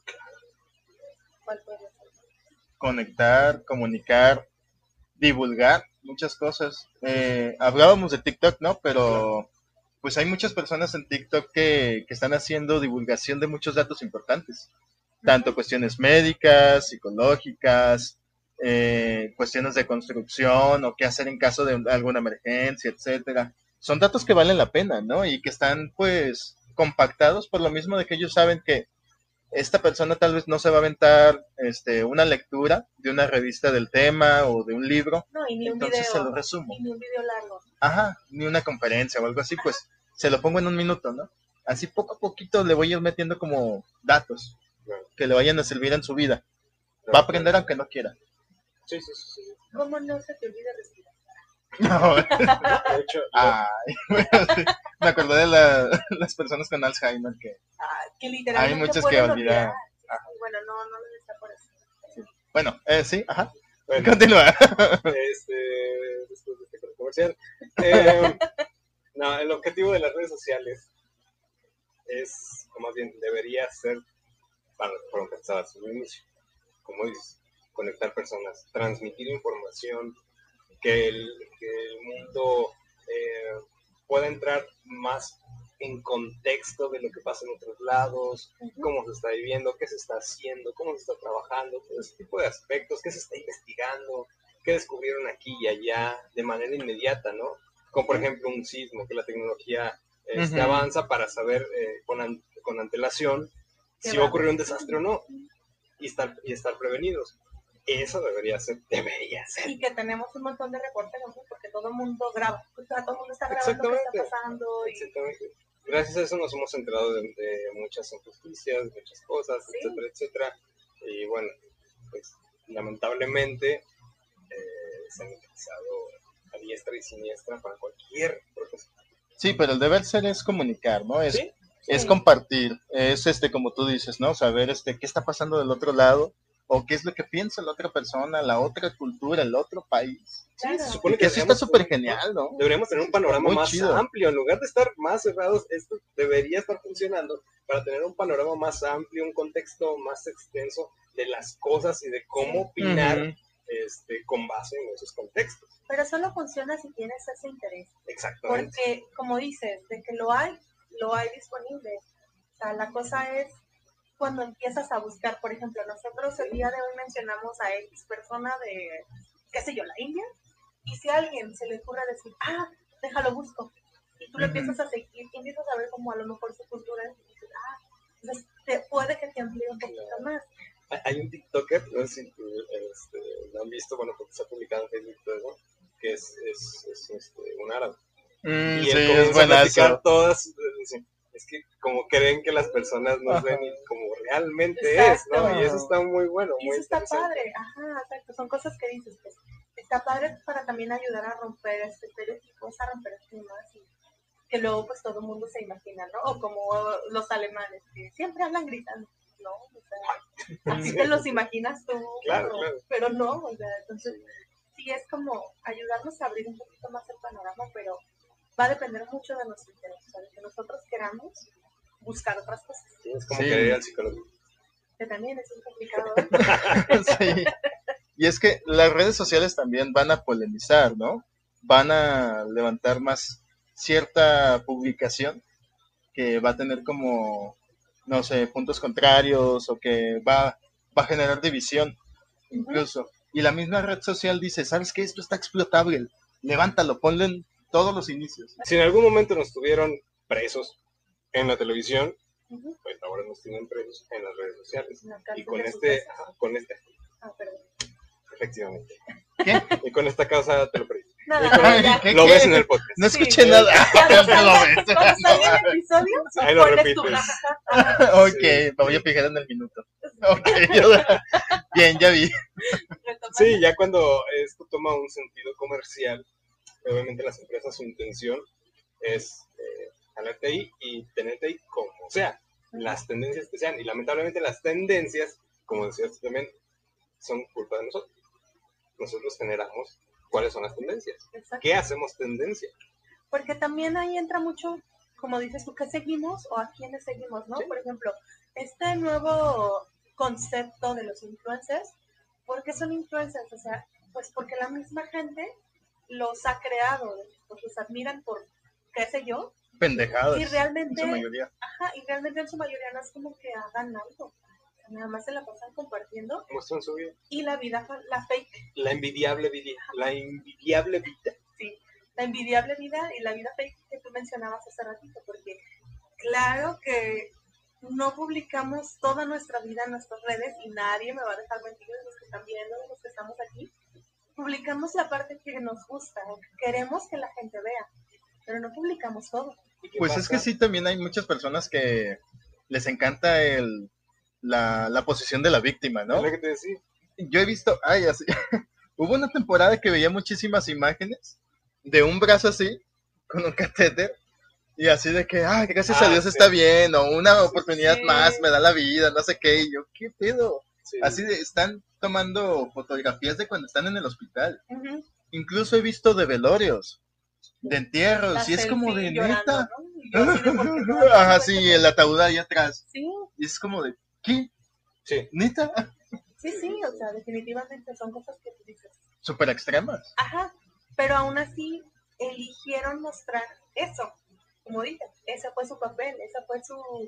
¿Cuál podría ser? Conectar, comunicar, divulgar muchas cosas. Eh, hablábamos de TikTok, ¿no? Pero pues hay muchas personas en TikTok que, que están haciendo divulgación de muchos datos importantes. Tanto cuestiones médicas, psicológicas, eh, cuestiones de construcción o qué hacer en caso de alguna emergencia, etcétera. Son datos que valen la pena, ¿no? Y que están pues compactados por lo mismo de que ellos saben que esta persona tal vez no se va a aventar este, una lectura de una revista del tema o de un libro, No, y ni un entonces se lo video, resumo. y ni un video largo. Ajá, ni una conferencia o algo así, pues se lo pongo en un minuto, ¿no? Así poco a poquito le voy a ir metiendo como datos Claro. que le vayan a servir en su vida. Va a aprender aunque no quiera. Sí, sí, sí. sí. ¿Cómo no se te olvida respirar? No, De hecho, ay, bueno, sí. Me acordé de la- las personas con Alzheimer que, Ah, que literalmente Hay muchas pueden que olvidar. olvidar. Sí, bueno, no, no les está por eso. bueno, eh, sí, ajá, bueno, continúa. este, después de este corte comercial. Eh, no, el objetivo de las redes sociales es, o más bien debería ser, para fueron pensadas en un inicio, como dices, conectar personas, transmitir información, que el, que el mundo eh, pueda entrar más en contexto de lo que pasa en otros lados, cómo se está viviendo, qué se está haciendo, cómo se está trabajando, todo ese tipo de aspectos, qué se está investigando, qué descubrieron aquí y allá de manera inmediata, ¿no? Como por ejemplo un sismo, que la tecnología este, Ujú. avanza para saber eh, con, an- con antelación Qué si va a va. ocurrir un desastre o no y estar, y estar prevenidos. Eso debería ser, debería ser. Y que tenemos un montón de reporteros, ¿no? Porque todo el mundo graba. O sea, todo el mundo está grabando qué está Exactamente. pasando. Y... Exactamente. Gracias a eso nos hemos enterado de, de muchas injusticias, de muchas cosas, Sí. etcétera, etcétera. Y bueno, pues lamentablemente eh, se han utilizado a diestra y siniestra para cualquier profesión. Sí, pero el deber ser es comunicar, ¿no? Es, ¿Sí? es Sí. compartir, es este, como tú dices, ¿no? Saber este qué está pasando del otro lado o qué es lo que piensa la otra persona, la otra cultura, el otro país. Sí, Claro. se supone Y que eso está deberíamos- súper genial, ¿no? Deberíamos tener un panorama Muy más chido. amplio. En lugar de estar más cerrados, esto debería estar funcionando para tener un panorama más amplio, un contexto más extenso de las cosas y de cómo opinar Ujú. este, con base en esos contextos. Pero solo funciona si tienes ese interés. Exactamente. Porque, como dices, de que lo hay, lo hay disponible. O sea, la cosa es cuando empiezas a buscar. Por ejemplo, nosotros el día de hoy mencionamos a X persona de, qué sé yo, la India. Y si a alguien se le ocurre decir, ah, déjalo busco. Y tú lo Ujú. empiezas a seguir, y empiezas a ver como a lo mejor su cultura. Y dices, ah, entonces te, puede que te amplíe un poquito más. Hay- Hay un TikToker, no sé si este, lo han visto, bueno, porque se ha publicado en Facebook, y todo eso, que es, es, es este, un árabe. Mm, Y sí, él es comienza a platicar buenazo. todas, dice, es que como creen que las personas nos Ajá. ven y como realmente Exacto. es, ¿no? Y eso está muy bueno, Y muy eso está interesante. padre, ajá, exacto, son cosas que dices, pues, está padre para también ayudar a romper este estereotipos, a romper estigmas, y que luego pues todo el mundo se imagina, ¿no? O como los alemanes, que siempre hablan gritando, ¿no? O sea, así te los imaginas tú, Claro, pero, claro. pero no, o sea, entonces sí es como ayudarnos a abrir un poquito más el panorama, pero va a depender mucho de nuestro interés, o sea, de que nosotros queramos buscar otras cosas, Sí, es como Sí. querer ir al psicólogo. que también es muy complicado, ¿eh? Sí. Y es que las redes sociales también van a polemizar, ¿no? Van a levantar más cierta publicación que va a tener como, no sé, puntos contrarios o que va, va a generar división incluso. Y la misma red social dice, ¿sabes qué? Esto está explotable. Levántalo, ponle en todos los inicios. Si en algún momento nos tuvieron presos en la televisión, Ujú. pues ahora nos tienen presos en las redes sociales. Una cárcel Y con de este, sucesos. ajá, con este, Ah, perdón. efectivamente. ¿Qué? Y con esta causa te lo pedí. Nada, Y con- no, ya. ¿Qué, lo qué? ves en el podcast. No Sí. escuché nada. Cuando No salga, lo ves. cuando salga el episodio, Ahí lo pones repites. tu jajaja. Ajá, Ok, Sí. me voy a fijar en el minuto. Ok, bien, ya vi. retomando. Sí, ya cuando esto toma un sentido comercial, obviamente las empresas, su intención es eh, jalarte ahí y tenerte ahí como sea, las tendencias que sean. Y lamentablemente las tendencias, como decías tú también, son culpa de nosotros. Nosotros generamos cuáles son las tendencias. Exacto. ¿Qué hacemos tendencia? Porque también ahí entra mucho, como dices tú, ¿qué seguimos o a quiénes seguimos, no? Sí. Por ejemplo, este nuevo concepto de los influencers, ¿por qué son influencers? O sea, pues porque la misma gente los ha creado, pues los admiran por, qué sé yo, Pendejadas. y realmente, En su mayoría. ajá, y realmente en su mayoría no es como que hagan algo. O sea, nada más se la pasan compartiendo Muestran su vida. y la vida, la fake, La envidiable vida. La envidiable vida. sí, la envidiable vida y la vida fake que tú mencionabas hace ratito, porque claro que no publicamos toda nuestra vida en nuestras redes y nadie me va a dejar mentir de los que están viendo, de los que estamos aquí. Publicamos la parte que nos gusta, que queremos que la gente vea, pero no publicamos todo. ¿Y qué Pues pasa? es que sí, también hay muchas personas que les encanta el, la, la posición de la víctima, Es ¿no? lo que te decía. Yo he visto, ay, así, hubo una temporada que veía muchísimas imágenes de un brazo así, con un catéter, y así de que, ay, gracias Ah, a Dios sí. está bien, o una oportunidad sí. más, me da la vida, no sé qué, y yo, ¿qué pedo? Sí. Así de, están tomando fotografías de cuando están en el hospital. Uh-huh. Incluso he visto de velorios, de entierros, La y es como de selfie llorando, neta. ¿no? Y yo así de, ¿por qué no? Ajá, sí, el ataúd ahí atrás. Sí, Y es como de, ¿qué? Sí. ¿Neta? sí, sí, o sea, definitivamente son cosas que tú dices. Súper extremas. Ajá, pero aún así eligieron mostrar eso. Como dije, ese fue su papel, ese fue su,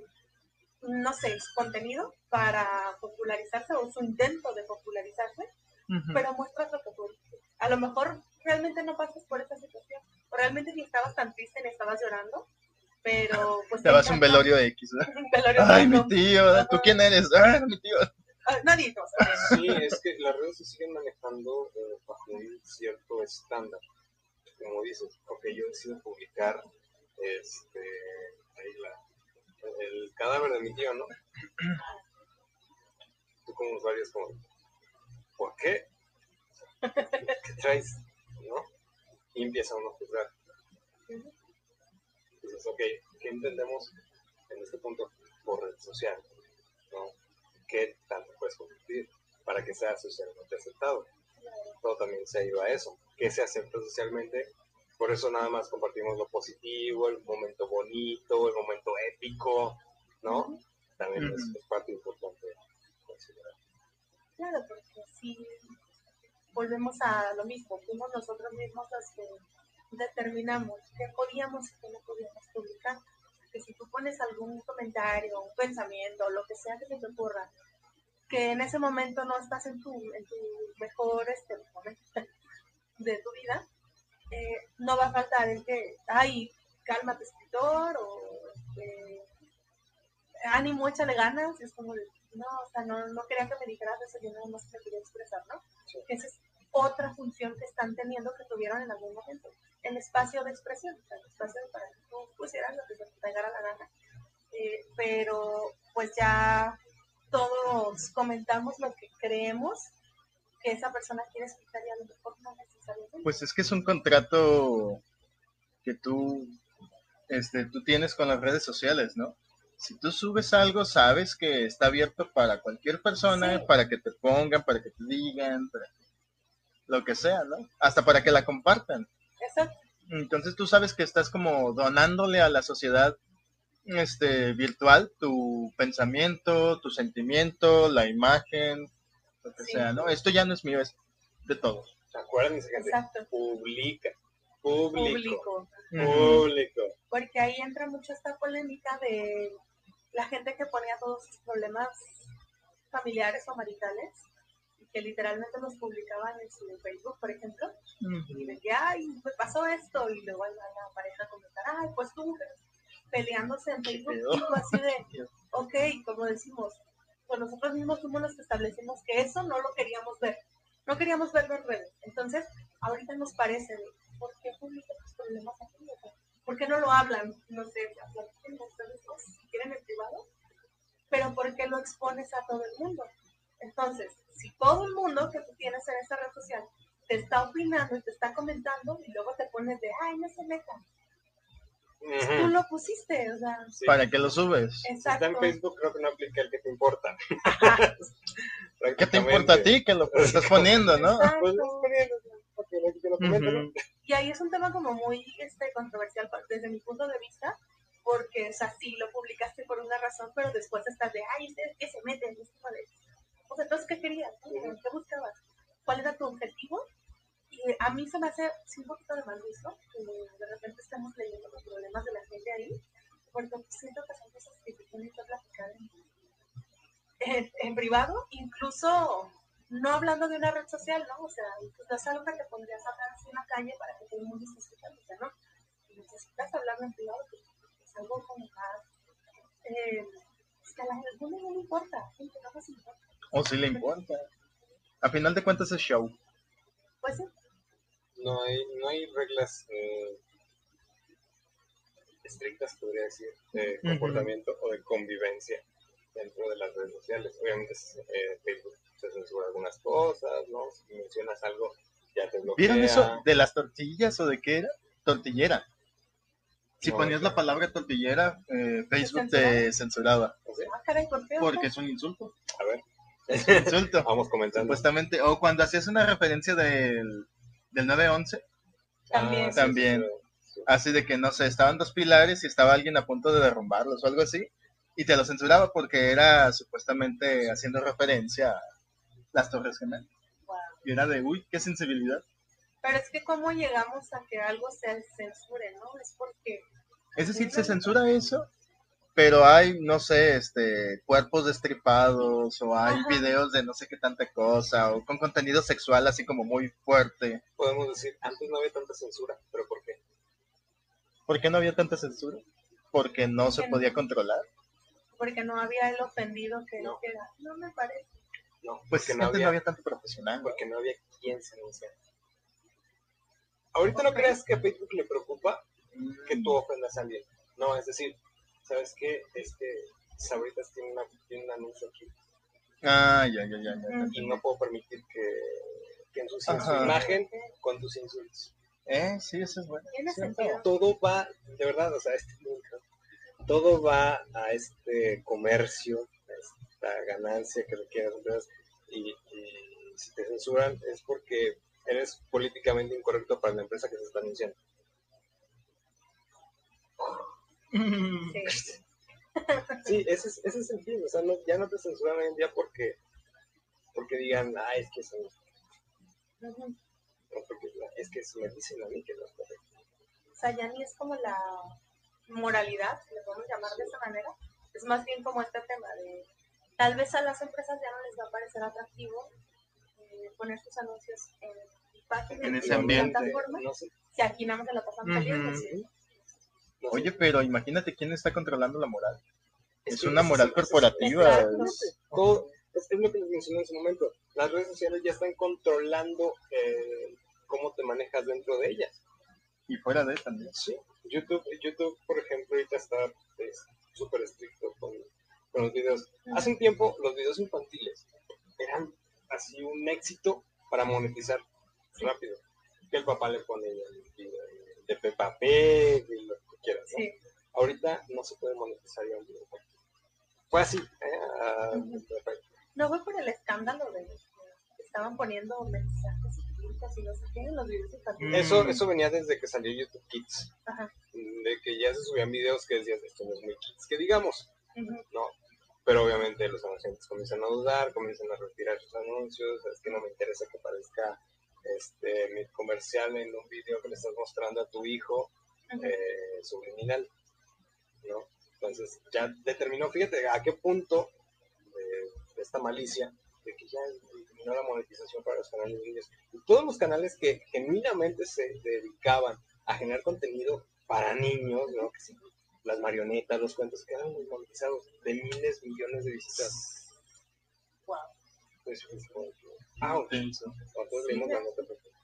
no sé, su contenido para popularizarse o su intento de popularizarse, Ujú. pero muestras lo que tú dices. A lo mejor realmente no pasas por esa situación, o realmente ni estabas tan triste ni estabas llorando, pero pues Te vas a un encanta. velorio X, ¿no? Un velorio Ay, mi random. tío, Ajá. ¿tú quién eres? Ah, mi tío. Ah, nadie te va a saber. Sí, es que las redes se siguen manejando eh, bajo un cierto estándar. Como dices, ok, yo decido publicar este, ahí la, el cadáver de mi tío, ¿no? Tú como usuario es como, ¿por qué? ¿Qué traes? ¿No? Y empieza uno a juzgar. Dices, ok, ¿qué entendemos en este punto por red social? ¿No? ¿Qué tanto puedes compartir para que sea socialmente aceptado? Todo también se ha ido a eso. ¿Qué se acepta socialmente? Por eso nada más compartimos lo positivo, el momento bonito, el momento épico, ¿no? También es, Ujú. es parte importante de considerar. Claro, porque sí, volvemos a lo mismo, fuimos nosotros mismos los que determinamos qué podíamos y qué no podíamos publicar. Que si tú pones algún comentario, un pensamiento, lo que sea que se te ocurra, que en ese momento no estás en tu, en tu mejor este, momento de tu vida, eh, no va a faltar el que, ay, cálmate escritor, o este, ánimo, échale ganas, es como, de, no, o sea, no, no quería que me dijeras eso, yo nada más me quería expresar, ¿no? Sí. Esa es otra función que están teniendo, que tuvieron en algún momento, el espacio de expresión, o sea, el espacio para que tú pusieras lo que se te pegara la gana, eh, pero pues ya todos comentamos lo que creemos que esa persona quiere escuchar y a lo mejor no necesariamente. Pues es que es un contrato que tú, este, tú tienes con las redes sociales, ¿no? Si tú subes algo, sabes que está abierto para cualquier persona, sí. Para que te pongan, para que te digan, para lo que sea, ¿no? Hasta para que la compartan. Exacto. Entonces tú sabes que estás como donándole a la sociedad este, virtual tu pensamiento, tu sentimiento, la imagen, lo que sí. sea, ¿no? Esto ya no es mío, es de todos. Acuérdense, gente. Exacto. Publica. Público. Público. Público. Porque ahí entra mucho esta polémica de la gente que ponía todos sus problemas familiares o maritales y que literalmente los publicaban en su Facebook, por ejemplo, uh-huh. Y de que, ay, me pasó esto, y luego la, la pareja comentar, ay, pues tú, peleándose en Facebook, y así de, ok, como decimos, pues nosotros mismos fuimos los que establecimos que eso no lo queríamos ver, no queríamos verlo en redes, entonces, ahorita nos parece, ¿por qué publican tus problemas aquí? ¿Por qué no lo hablan? No sé, platiquen ustedes dos, si quieren en privado, pero ¿por qué lo expones a todo el mundo? Entonces, si todo el mundo que tú tienes en esa red social te está opinando y te está comentando y luego te pones de, ay, no se metan. Uh-huh. Tú lo pusiste, o sea. Sí. ¿Para qué lo subes? Exacto. Si está en Facebook, creo que no aplica el que te importa. ¿Qué te importa a ti? Que lo estás poniendo, ¿no? Exacto. Pues lo estás poniendo, porque no, que lo comenten, uh-huh. Y ahí es un tema como muy este, controversial desde mi punto de vista, porque, o sea, sí, lo publicaste por una razón, pero después estás de, ay, ustedes que se meten, es como de, o sea, entonces, ¿qué querías? ¿Qué buscabas? ¿Cuál era tu objetivo? Y a mí se me hace sí, un poquito de mal gusto que de repente estamos leyendo los problemas de la gente ahí, porque siento que son cosas que se tienen que platicar en, en, en privado, incluso no hablando de una red social, ¿no? O sea, pues no es algo que te pondrías a hablar así en la calle para que todo el mundo esté escuchando, o sea, ¿no? Si necesitas hablarlo en privado, pues es algo como más, eh, es que a la gente no le importa, a gente no les importa. O si le importa. A final de cuentas es show. Pues sí. No hay, no hay reglas eh, estrictas, podría decir, de comportamiento uh-huh. o de convivencia dentro de las redes sociales. Obviamente eh, Facebook se censura algunas cosas, ¿no? Si mencionas algo, ya te bloquea. ¿Vieron eso de las tortillas o de qué era? Tortillera. Si no, ponías no. la palabra tortillera, eh, Facebook te censuraba. ¿Sí? Ah, caray, ¿por qué? Porque es un insulto. A ver. Es un insulto. Vamos comentando. Supuestamente. O cuando hacías una referencia del, del nueve once. También. Ah, también. Sí, sí, sí. Así de que, no sé, estaban dos pilares y estaba alguien a punto de derrumbarlos o algo así. Y te lo censuraba porque era supuestamente haciendo referencia a las Torres Gemelas. Wow. Y era de, uy, qué sensibilidad. Pero es que cómo llegamos a que algo se censure, ¿no? Es porque... Es decir, se censura eso, pero hay, no sé, este, cuerpos destripados, o hay Ajá. videos de no sé qué tanta cosa, o con contenido sexual así como muy fuerte. Podemos decir, antes no había tanta censura, ¿pero por qué? ¿Por qué no había tanta censura? Porque no se podía controlar. Porque no había el ofendido que no, que era. No me parece. No, pues no antes había, no había tanto profesional. Porque no había quien se anunciara. Ahorita okay. no creas que a Facebook le preocupa que tú ofendas a alguien. No, es decir, ¿sabes qué? Es que Sabritas tiene, una, tiene un anuncio aquí. Ah, ya, ya, ya. ya, ya. Y no puedo permitir que, que ensucien su imagen con tus insultos. Eh, sí, eso es bueno. ¿Tiene sí, sentido? Todo va, de verdad, o sea, este, todo va a este comercio, a esta ganancia que requieren las empresas. Y, y si te censuran es porque eres políticamente incorrecto para la empresa que se está anunciando. Sí, sí ese, es, ese es el fin, o sea, no, ya no te censuran hoy en día porque, porque digan, ah, es que eso Ujú. No, porque es que si me dicen a mí que no es correcto. O sea, ya ni es como la moralidad, si le podemos llamar de esa manera, es más bien como este tema de, tal vez a las empresas ya no les va a parecer atractivo eh, poner sus anuncios en páginas, En en ese ambiente. plataformas, No sé, si aquí nada más se la pasan saliendo, Ujú. ¿sí? no sé. Oye, pero imagínate quién está controlando la moral. Es que una ese moral es- ese es- corporativa. Exacto. es- Todo, es, es lo que les mencioné en ese momento. Las redes sociales ya están controlando eh, cómo te manejas dentro de ellas. Y fuera de también. Sí. YouTube, YouTube, por ejemplo, ahorita está es, súper estricto con, con los videos. Hace un tiempo los videos infantiles eran así un éxito para monetizar rápido. Que el papá le pone el video de Peppa Pig y lo que quieras, ¿no? Sí. Ahorita no se puede monetizar ya un video infantil. Fue así. ¿eh? Ah, Ujú. No fue por el escándalo de que estaban poniendo mensajes ocultos y no sé qué en los videos infantiles. Eso, eso venía desde que salió YouTube Kids. Ajá. De que ya se subían videos que decías, esto no es muy kids, que digamos, Ujú. no. Pero obviamente los anunciantes comienzan a dudar, comienzan a retirar sus anuncios, es que no me interesa que aparezca este, mi comercial en un video que le estás mostrando a tu hijo Ujú. eh, subliminal, ¿no? Entonces ya determinó, fíjate a qué punto de, de esta malicia, de que ya eliminó la monetización para los canales de niños. Y todos los canales que genuinamente se dedicaban a generar contenido para niños, ¿no? Que sí, las marionetas, los cuentos quedaron monetizados de miles, millones de visitas. Wow. Pues, pues, pues, ah, Intenso. nosotros Sí, leímos de- la nota.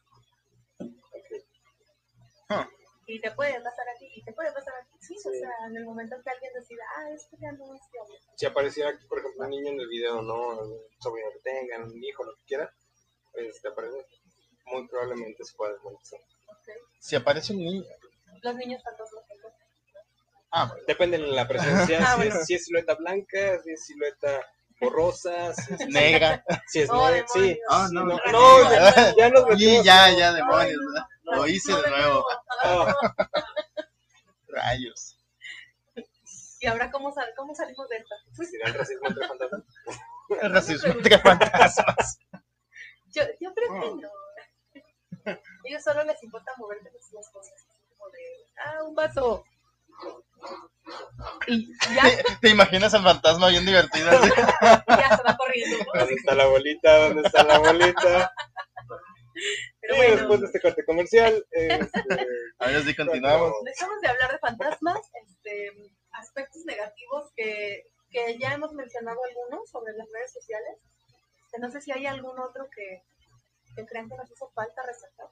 Ok. Ah, Y te puede pasar aquí, y te puede pasar aquí. Sí, Sí. o sea, en el momento que alguien decida, ah, esto ya no es yo. Si apareciera, por ejemplo, un niño en el video, ¿no? Un sobrino que tengan, un hijo, lo que quiera, pues te aparece, muy probablemente se pueda desmonetizar. Okay. si aparece un niño. Los niños fantasmas. entonces. Ah, bueno. Depende de la presencia, Ah, si, bueno. es, si es silueta blanca, si es silueta borrosa, si es Negra. Si es Oh, negra, sí. demonios. Ah, no, No, no. no, ya, ya nos Y metimos ya, como- ya, demonios, Ay, no. ¿verdad? No, Lo hice no de nuevo. Ah, Rayos. Y ahora, ¿cómo, sal ¿cómo salimos de esta? ¿Existirá el racismo entre fantasmas? El racismo entre fantasmas. Yo, yo creo que Oh. no. A ellos solo les importa mover las cosas. Como de, ah, un vaso. Y ya, ¿Te, te imaginas al fantasma bien divertido? Así? ya se va corriendo, ¿no? ¿Dónde está la bolita? ¿Dónde está la bolita? Pero Y bueno, después de este corte comercial, este, Ahora sí continuamos. dejamos de hablar de fantasmas, este, aspectos negativos que, que ya hemos mencionado algunos sobre las redes sociales. Este, no sé si hay algún otro que, que crean que nos hizo falta resaltar.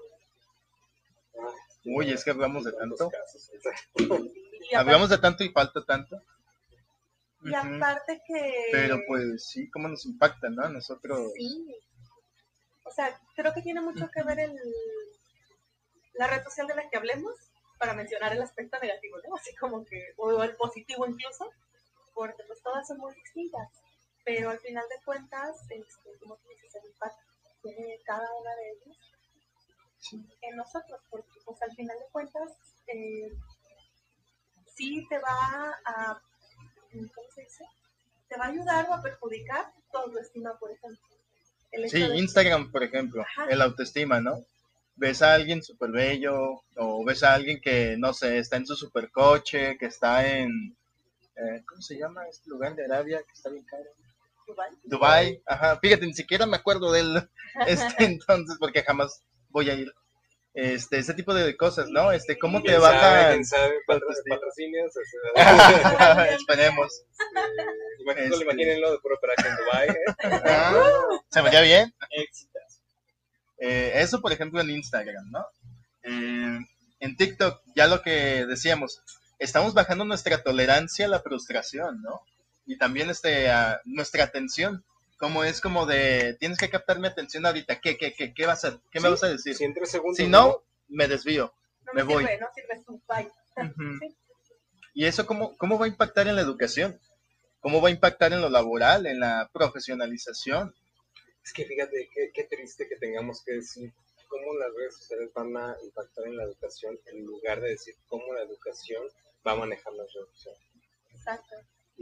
Uy, es que hablamos de tanto. Y aparte, Hablamos de tanto y falta tanto. y Ujú. aparte que... Pero pues sí, cómo nos impacta, ¿no? A nosotros. Sí. O sea, creo que tiene mucho que ver el, la red social de la que hablemos para mencionar el aspecto negativo, ¿no? Así como que, o el positivo incluso, porque pues todas son muy distintas. Pero al final de cuentas, este, como tú dices, el impacto que tiene cada una de ellas en nosotros, porque pues al final de cuentas, eh, sí te va a, ¿cómo se dice? Te va a ayudar o a perjudicar tu autoestima, por ejemplo. El hecho Sí, de- Instagram, por ejemplo, Ajá. el autoestima, ¿no? Ves a alguien súper bello, o ves a alguien que, no sé, está en su supercoche, que está en, eh, ¿cómo se llama este lugar de Arabia? Que está bien caro. Dubái. Dubai, ajá, fíjate, ni siquiera me acuerdo de él, este, entonces, porque jamás voy a ir. Este, ese tipo de cosas, ¿no? Este, ¿cómo te ¿Quién sabe? bajan? ¿Quién sabe? Patro- Sí. Patrocinios. o sea, Esperemos. eh, imagín- solo Este. imagínenlo de puro coraje en Dubái, ¿eh? Ah, ¿se vería bien? Éxitas. Eh, eso, por ejemplo, en Instagram, ¿no? Eh, en TikTok, ya lo que decíamos, estamos bajando nuestra tolerancia a la frustración, ¿no? Y también este, a nuestra atención, como es como de, tienes que captar mi atención ahorita, ¿qué, qué, qué, qué, vas a, qué me Sí, vas a decir? Si en tres segundos. Si no, me desvío. No Me me, voy. sirve, no sirve su bye. Ujú. Sí. ¿Y eso cómo, cómo va a impactar en la educación? ¿Cómo va a impactar en lo laboral, en la profesionalización? Es que fíjate, qué, qué triste que tengamos que decir cómo las redes sociales van a impactar en la educación en lugar de decir cómo la educación va a manejar las redes sociales. Exacto.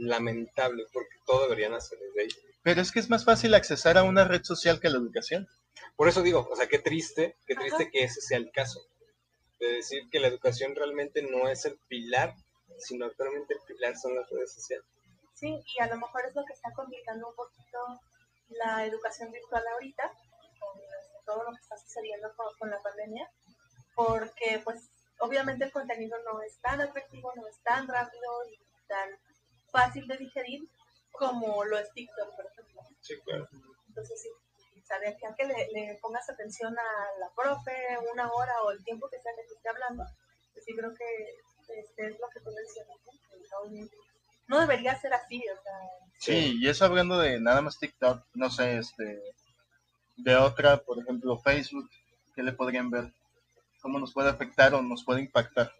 Lamentable, porque todo deberían hacer desde ahí. Pero es que es más fácil accesar a una red social que a la educación. Por eso digo, o sea, qué triste, qué triste Ajá. que ese sea el caso. De decir que la educación realmente no es el pilar, sino actualmente el pilar son las redes sociales. Sí, y a lo mejor es lo que está complicando un poquito la educación virtual ahorita, con este, todo lo que está sucediendo con, con la pandemia, porque pues obviamente el contenido no es tan atractivo, no es tan rápido y tan fácil de digerir como lo es TikTok, por ejemplo. Sí, claro. Entonces, sí, o sea, de aquí a que le, le pongas atención a la profe una hora o el tiempo que sea que te esté hablando, pues sí creo que este es lo que tú mencionas, ¿no? Que no, no debería ser así, o sea, Sí, y eso hablando de nada más TikTok, no sé, este, de otra, por ejemplo, Facebook, ¿qué le podrían ver? ¿Cómo nos puede afectar o nos puede impactar?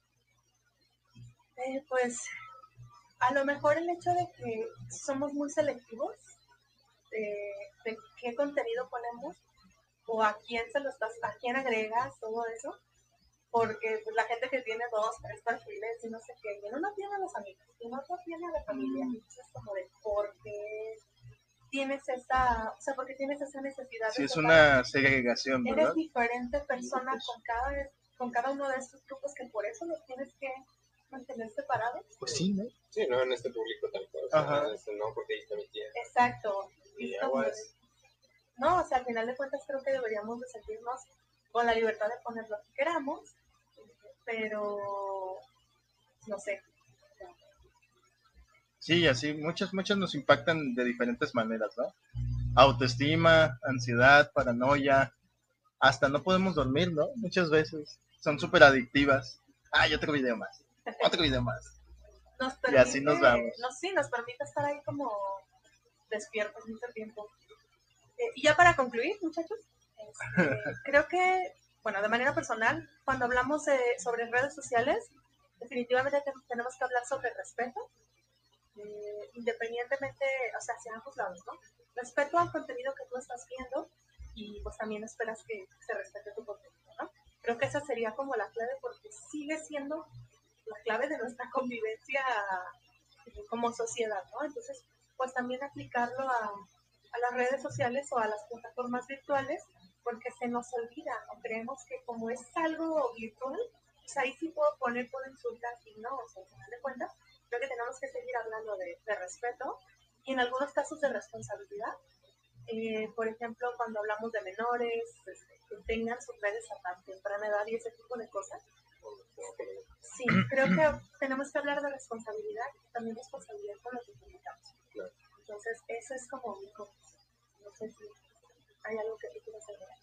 eh, pues a lo mejor el hecho de que somos muy selectivos eh, de qué contenido ponemos o a quién se lo estás, a quién agregas, todo eso, porque pues, la gente que tiene dos, tres perfiles y no sé qué, y uno no tiene a los amigos, y uno no tiene a la familia, entonces como de por qué tienes esa, o sea, porque tienes esa necesidad Sí, de es separar. una segregación, Eres ¿verdad? diferente persona con cada, con cada uno de estos grupos que por eso los tienes que mantener separados. Pues sí, ¿no? Sí, no en este público tal cual. O sea, Ajá. no, este, no, porque ahí está mi tía. Exacto. Y Es como de- aguas. no, o sea, al final de cuentas creo que deberíamos de sentirnos con la libertad de poner lo que queramos, pero no sé. Sí, así, muchas, muchas nos impactan de diferentes maneras, ¿no? Autoestima, ansiedad, paranoia, hasta no podemos dormir, ¿no? Muchas veces son súper adictivas. Ay, otro video más, otro video más. Nos Y así nos permite, vamos. no, sí, nos permite estar ahí como despiertos mucho tiempo. Eh, y ya para concluir, muchachos, este, creo que, bueno, de manera personal, cuando hablamos de, sobre redes sociales, definitivamente te- tenemos que hablar sobre respeto, eh, independientemente, o sea, hacia ambos lados, ¿no? Respeto al contenido que tú estás viendo y pues también esperas que se respete tu contenido, ¿no? Creo que esa sería como la clave porque sigue siendo la clave de nuestra convivencia eh, como sociedad, ¿no? Entonces, pues también aplicarlo a, a las redes sociales o a las plataformas virtuales porque se nos olvida o creemos que como es algo virtual, pues ahí sí puedo poner, puedo insultar y no, o sea, al final de cuentas, creo que tenemos que seguir hablando de, de respeto y en algunos casos de responsabilidad. Eh, por ejemplo, cuando hablamos de menores, este, que tengan sus redes a tan temprana edad y ese tipo de cosas, sí, creo que tenemos que hablar de responsabilidad y también responsabilidad con lo que publicamos. Entonces, eso es como mi conclusión. No sé si hay algo que tú quieras agregar.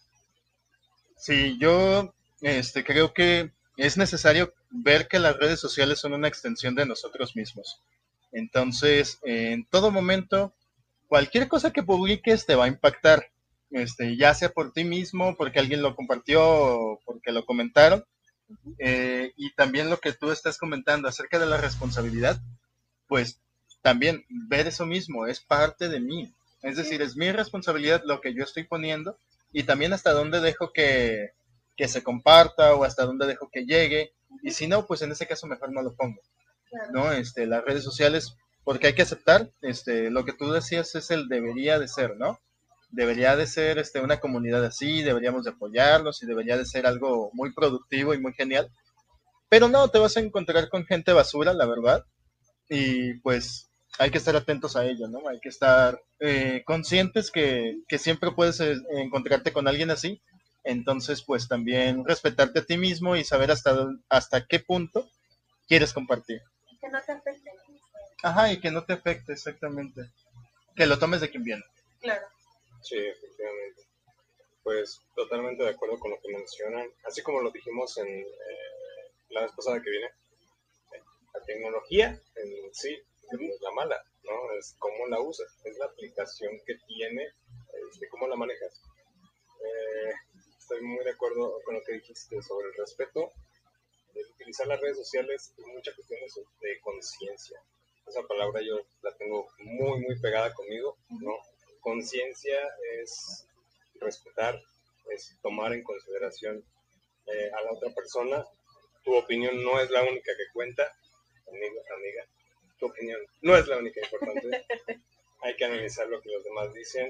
Sí, yo este, creo que es necesario ver que las redes sociales son una extensión de nosotros mismos. Entonces, en todo momento, cualquier cosa que publiques te va a impactar, este, ya sea por ti mismo, porque alguien lo compartió o porque lo comentaron. Eh, y también lo que tú estás comentando acerca de la responsabilidad, pues también ver eso mismo es parte de mí. Es decir, es mi responsabilidad lo que yo estoy poniendo y también hasta dónde dejo que, que se comparta o hasta dónde dejo que llegue. Y si no, pues en ese caso mejor no lo pongo. Claro. ¿No? Este, las redes sociales, porque hay que aceptar, este, lo que tú decías es el debería de ser, ¿no? Debería de ser este, una comunidad así, deberíamos de apoyarlos y debería de ser algo muy productivo y muy genial. Pero no, te vas a encontrar con gente basura, la verdad, y pues hay que estar atentos a ello, ¿no? Hay que estar eh, conscientes que, que siempre puedes eh, encontrarte con alguien así, entonces pues también respetarte a ti mismo y saber hasta, hasta qué punto quieres compartir. Que no te afecte. Ajá, y que no te afecte exactamente. Que lo tomes de quien viene. Claro. Sí, efectivamente. Pues totalmente de acuerdo con lo que mencionan. Así como lo dijimos en eh, la vez pasada que viene, la tecnología en sí no es la mala, ¿no? Es cómo la usas, es la aplicación que tiene, este, cómo la manejas. Eh, estoy muy de acuerdo con lo que dijiste sobre el respeto. De utilizar las redes sociales es mucha cuestión de, de conciencia. Esa palabra yo la tengo muy, muy pegada conmigo, ¿no? Conciencia es respetar, es tomar en consideración eh, a la otra persona. Tu opinión no es la única que cuenta, amigo, amiga. Tu opinión no es la única importante. Hay que analizar lo que los demás dicen.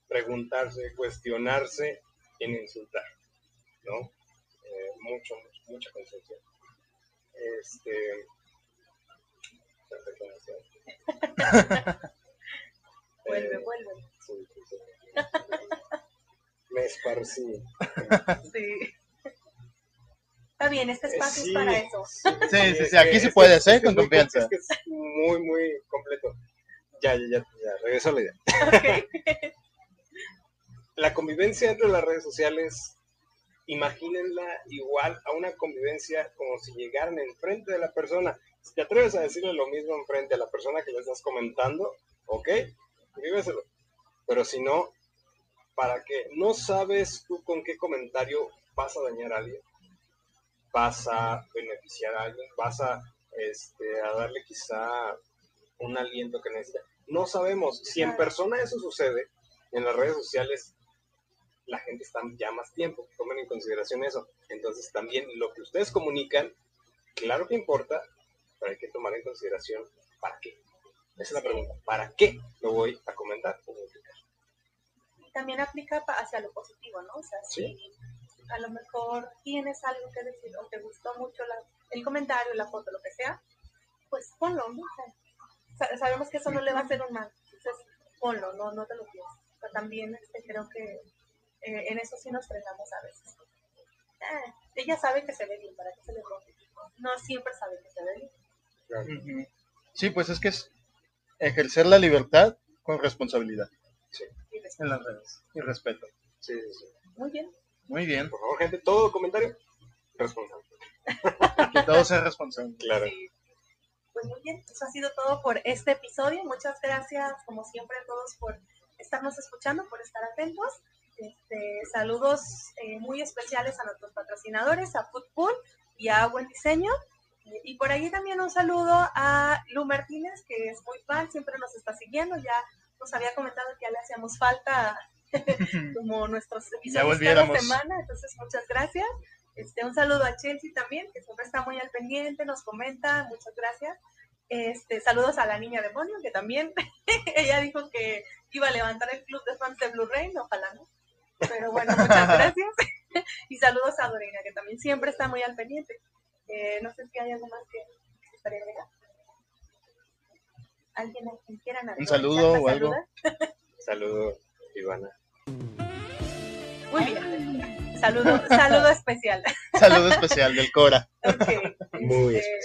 preguntarse, cuestionarse en insultar, ¿no? Eh, mucho, mucho, mucha conciencia. Este... Vuelve, eh, vuelve. Sí, sí, sí. Me esparcí. Sí. Está bien, este espacio Sí, es para eso. Sí, sí, es sí, aquí que- sí es puedes, que- ¿eh? es que Con es muy com- confianza. Es que es muy, muy completo. Ya, ya, ya, ya, regreso a la idea. Ok. La convivencia dentro de las redes sociales, imagínenla igual a una convivencia como si llegaran enfrente de la persona. Si te atreves a decirle lo mismo enfrente a la persona que le estás comentando, ok, víveselo. Pero si no, ¿para qué? No sabes tú con qué comentario vas a dañar a alguien, vas a beneficiar a alguien, vas a, este, a darle quizá un aliento que necesita. No sabemos. Si en persona eso sucede, en las redes sociales la gente está ya más tiempo, tomen en consideración eso. Entonces también lo que ustedes comunican, claro que importa, pero hay que tomar en consideración para qué. Esa es la pregunta. ¿Para qué lo voy a comentar o publicar? También aplica pa- hacia lo positivo, ¿no? O sea, si Sí. a lo mejor tienes algo que decir o te gustó mucho la- el comentario, la foto, lo que sea, pues ponlo, ¿no? O sea, sa- sabemos que eso no le va a hacer un mal, entonces ponlo, no, no te lo pienses. O sea, también este, creo que eh, en eso sí nos frenamos a veces. Ah, ella sabe que se ve bien, ¿para qué se le rompe? No siempre sabe que se ve bien. Claro. Ujú. Sí, pues es que es ejercer la libertad con responsabilidad Sí. Y después, en las redes y respeto. Sí, sí, sí. muy bien. Muy bien, Por favor, gente, todo comentario responsable. que todo sea responsable. Claro. Sí. Pues muy bien, eso ha sido todo por este episodio. Muchas gracias, como siempre, a todos por estarnos escuchando, por estar atentos. Este, saludos eh, muy especiales a nuestros patrocinadores, a Footpool y a Buen Diseño. Eh, y por ahí también un saludo a Lu Martínez, que es muy fan, siempre nos está siguiendo. Ya nos había comentado que ya le hacíamos falta como nuestros episodios cada volviéramos. semana, entonces muchas gracias. Este, un saludo a Chelsea también, que siempre está muy al pendiente, nos comenta, muchas gracias. Este, saludos a la niña demonio, que también ella dijo que iba a levantar el club de fans de Blu-ray, ojalá no. Pero bueno, muchas gracias. Y saludos a Dorena, que también siempre está muy al pendiente. Eh, no sé si hay algo más que que gustaría agregar. ¿Alguien a quien quieran agregar? Un saludo o algo. Saludos, Ivana. Muy bien. Saludo, saludo especial. Saludo especial del Cora. Okay. Muy Este,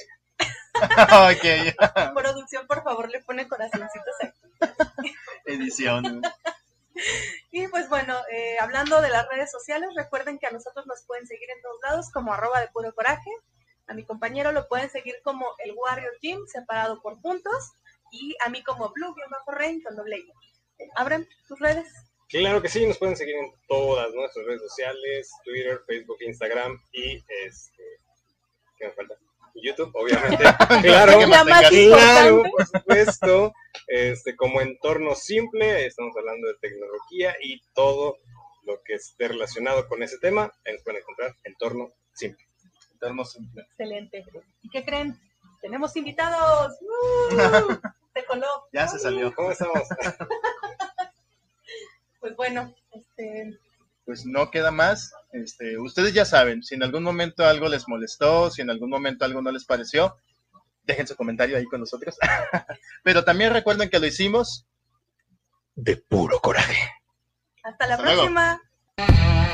Ok, producción, por favor, le pone corazoncitos aquí. edición. Y pues bueno, eh, hablando de las redes sociales, recuerden que a nosotros nos pueden seguir en todos lados como arroba de puro coraje. A mi compañero lo pueden seguir como el Warrior Gym, separado por puntos. Y a mí como Blue-Rain con doble I. Eh, Abran tus redes. Claro que sí, nos pueden seguir en todas nuestras redes sociales, Twitter, Facebook, Instagram y este, ¿qué me falta? YouTube, obviamente. Claro, La más claro, importante. por supuesto. Este, como entorno simple, estamos hablando de tecnología y todo lo que esté relacionado con ese tema, ahí nos pueden encontrar entorno simple. Entorno simple. Excelente. ¿Y qué creen? Tenemos invitados. ¡Uh! Se coló. Ya se salió. ¿Cómo estamos? Pues bueno, este, Pues no queda más. Este, ustedes ya saben, si en algún momento algo les molestó, si en algún momento algo no les pareció, dejen su comentario ahí con nosotros. Pero también recuerden que lo hicimos De puro coraje. hasta la Hasta luego. próxima.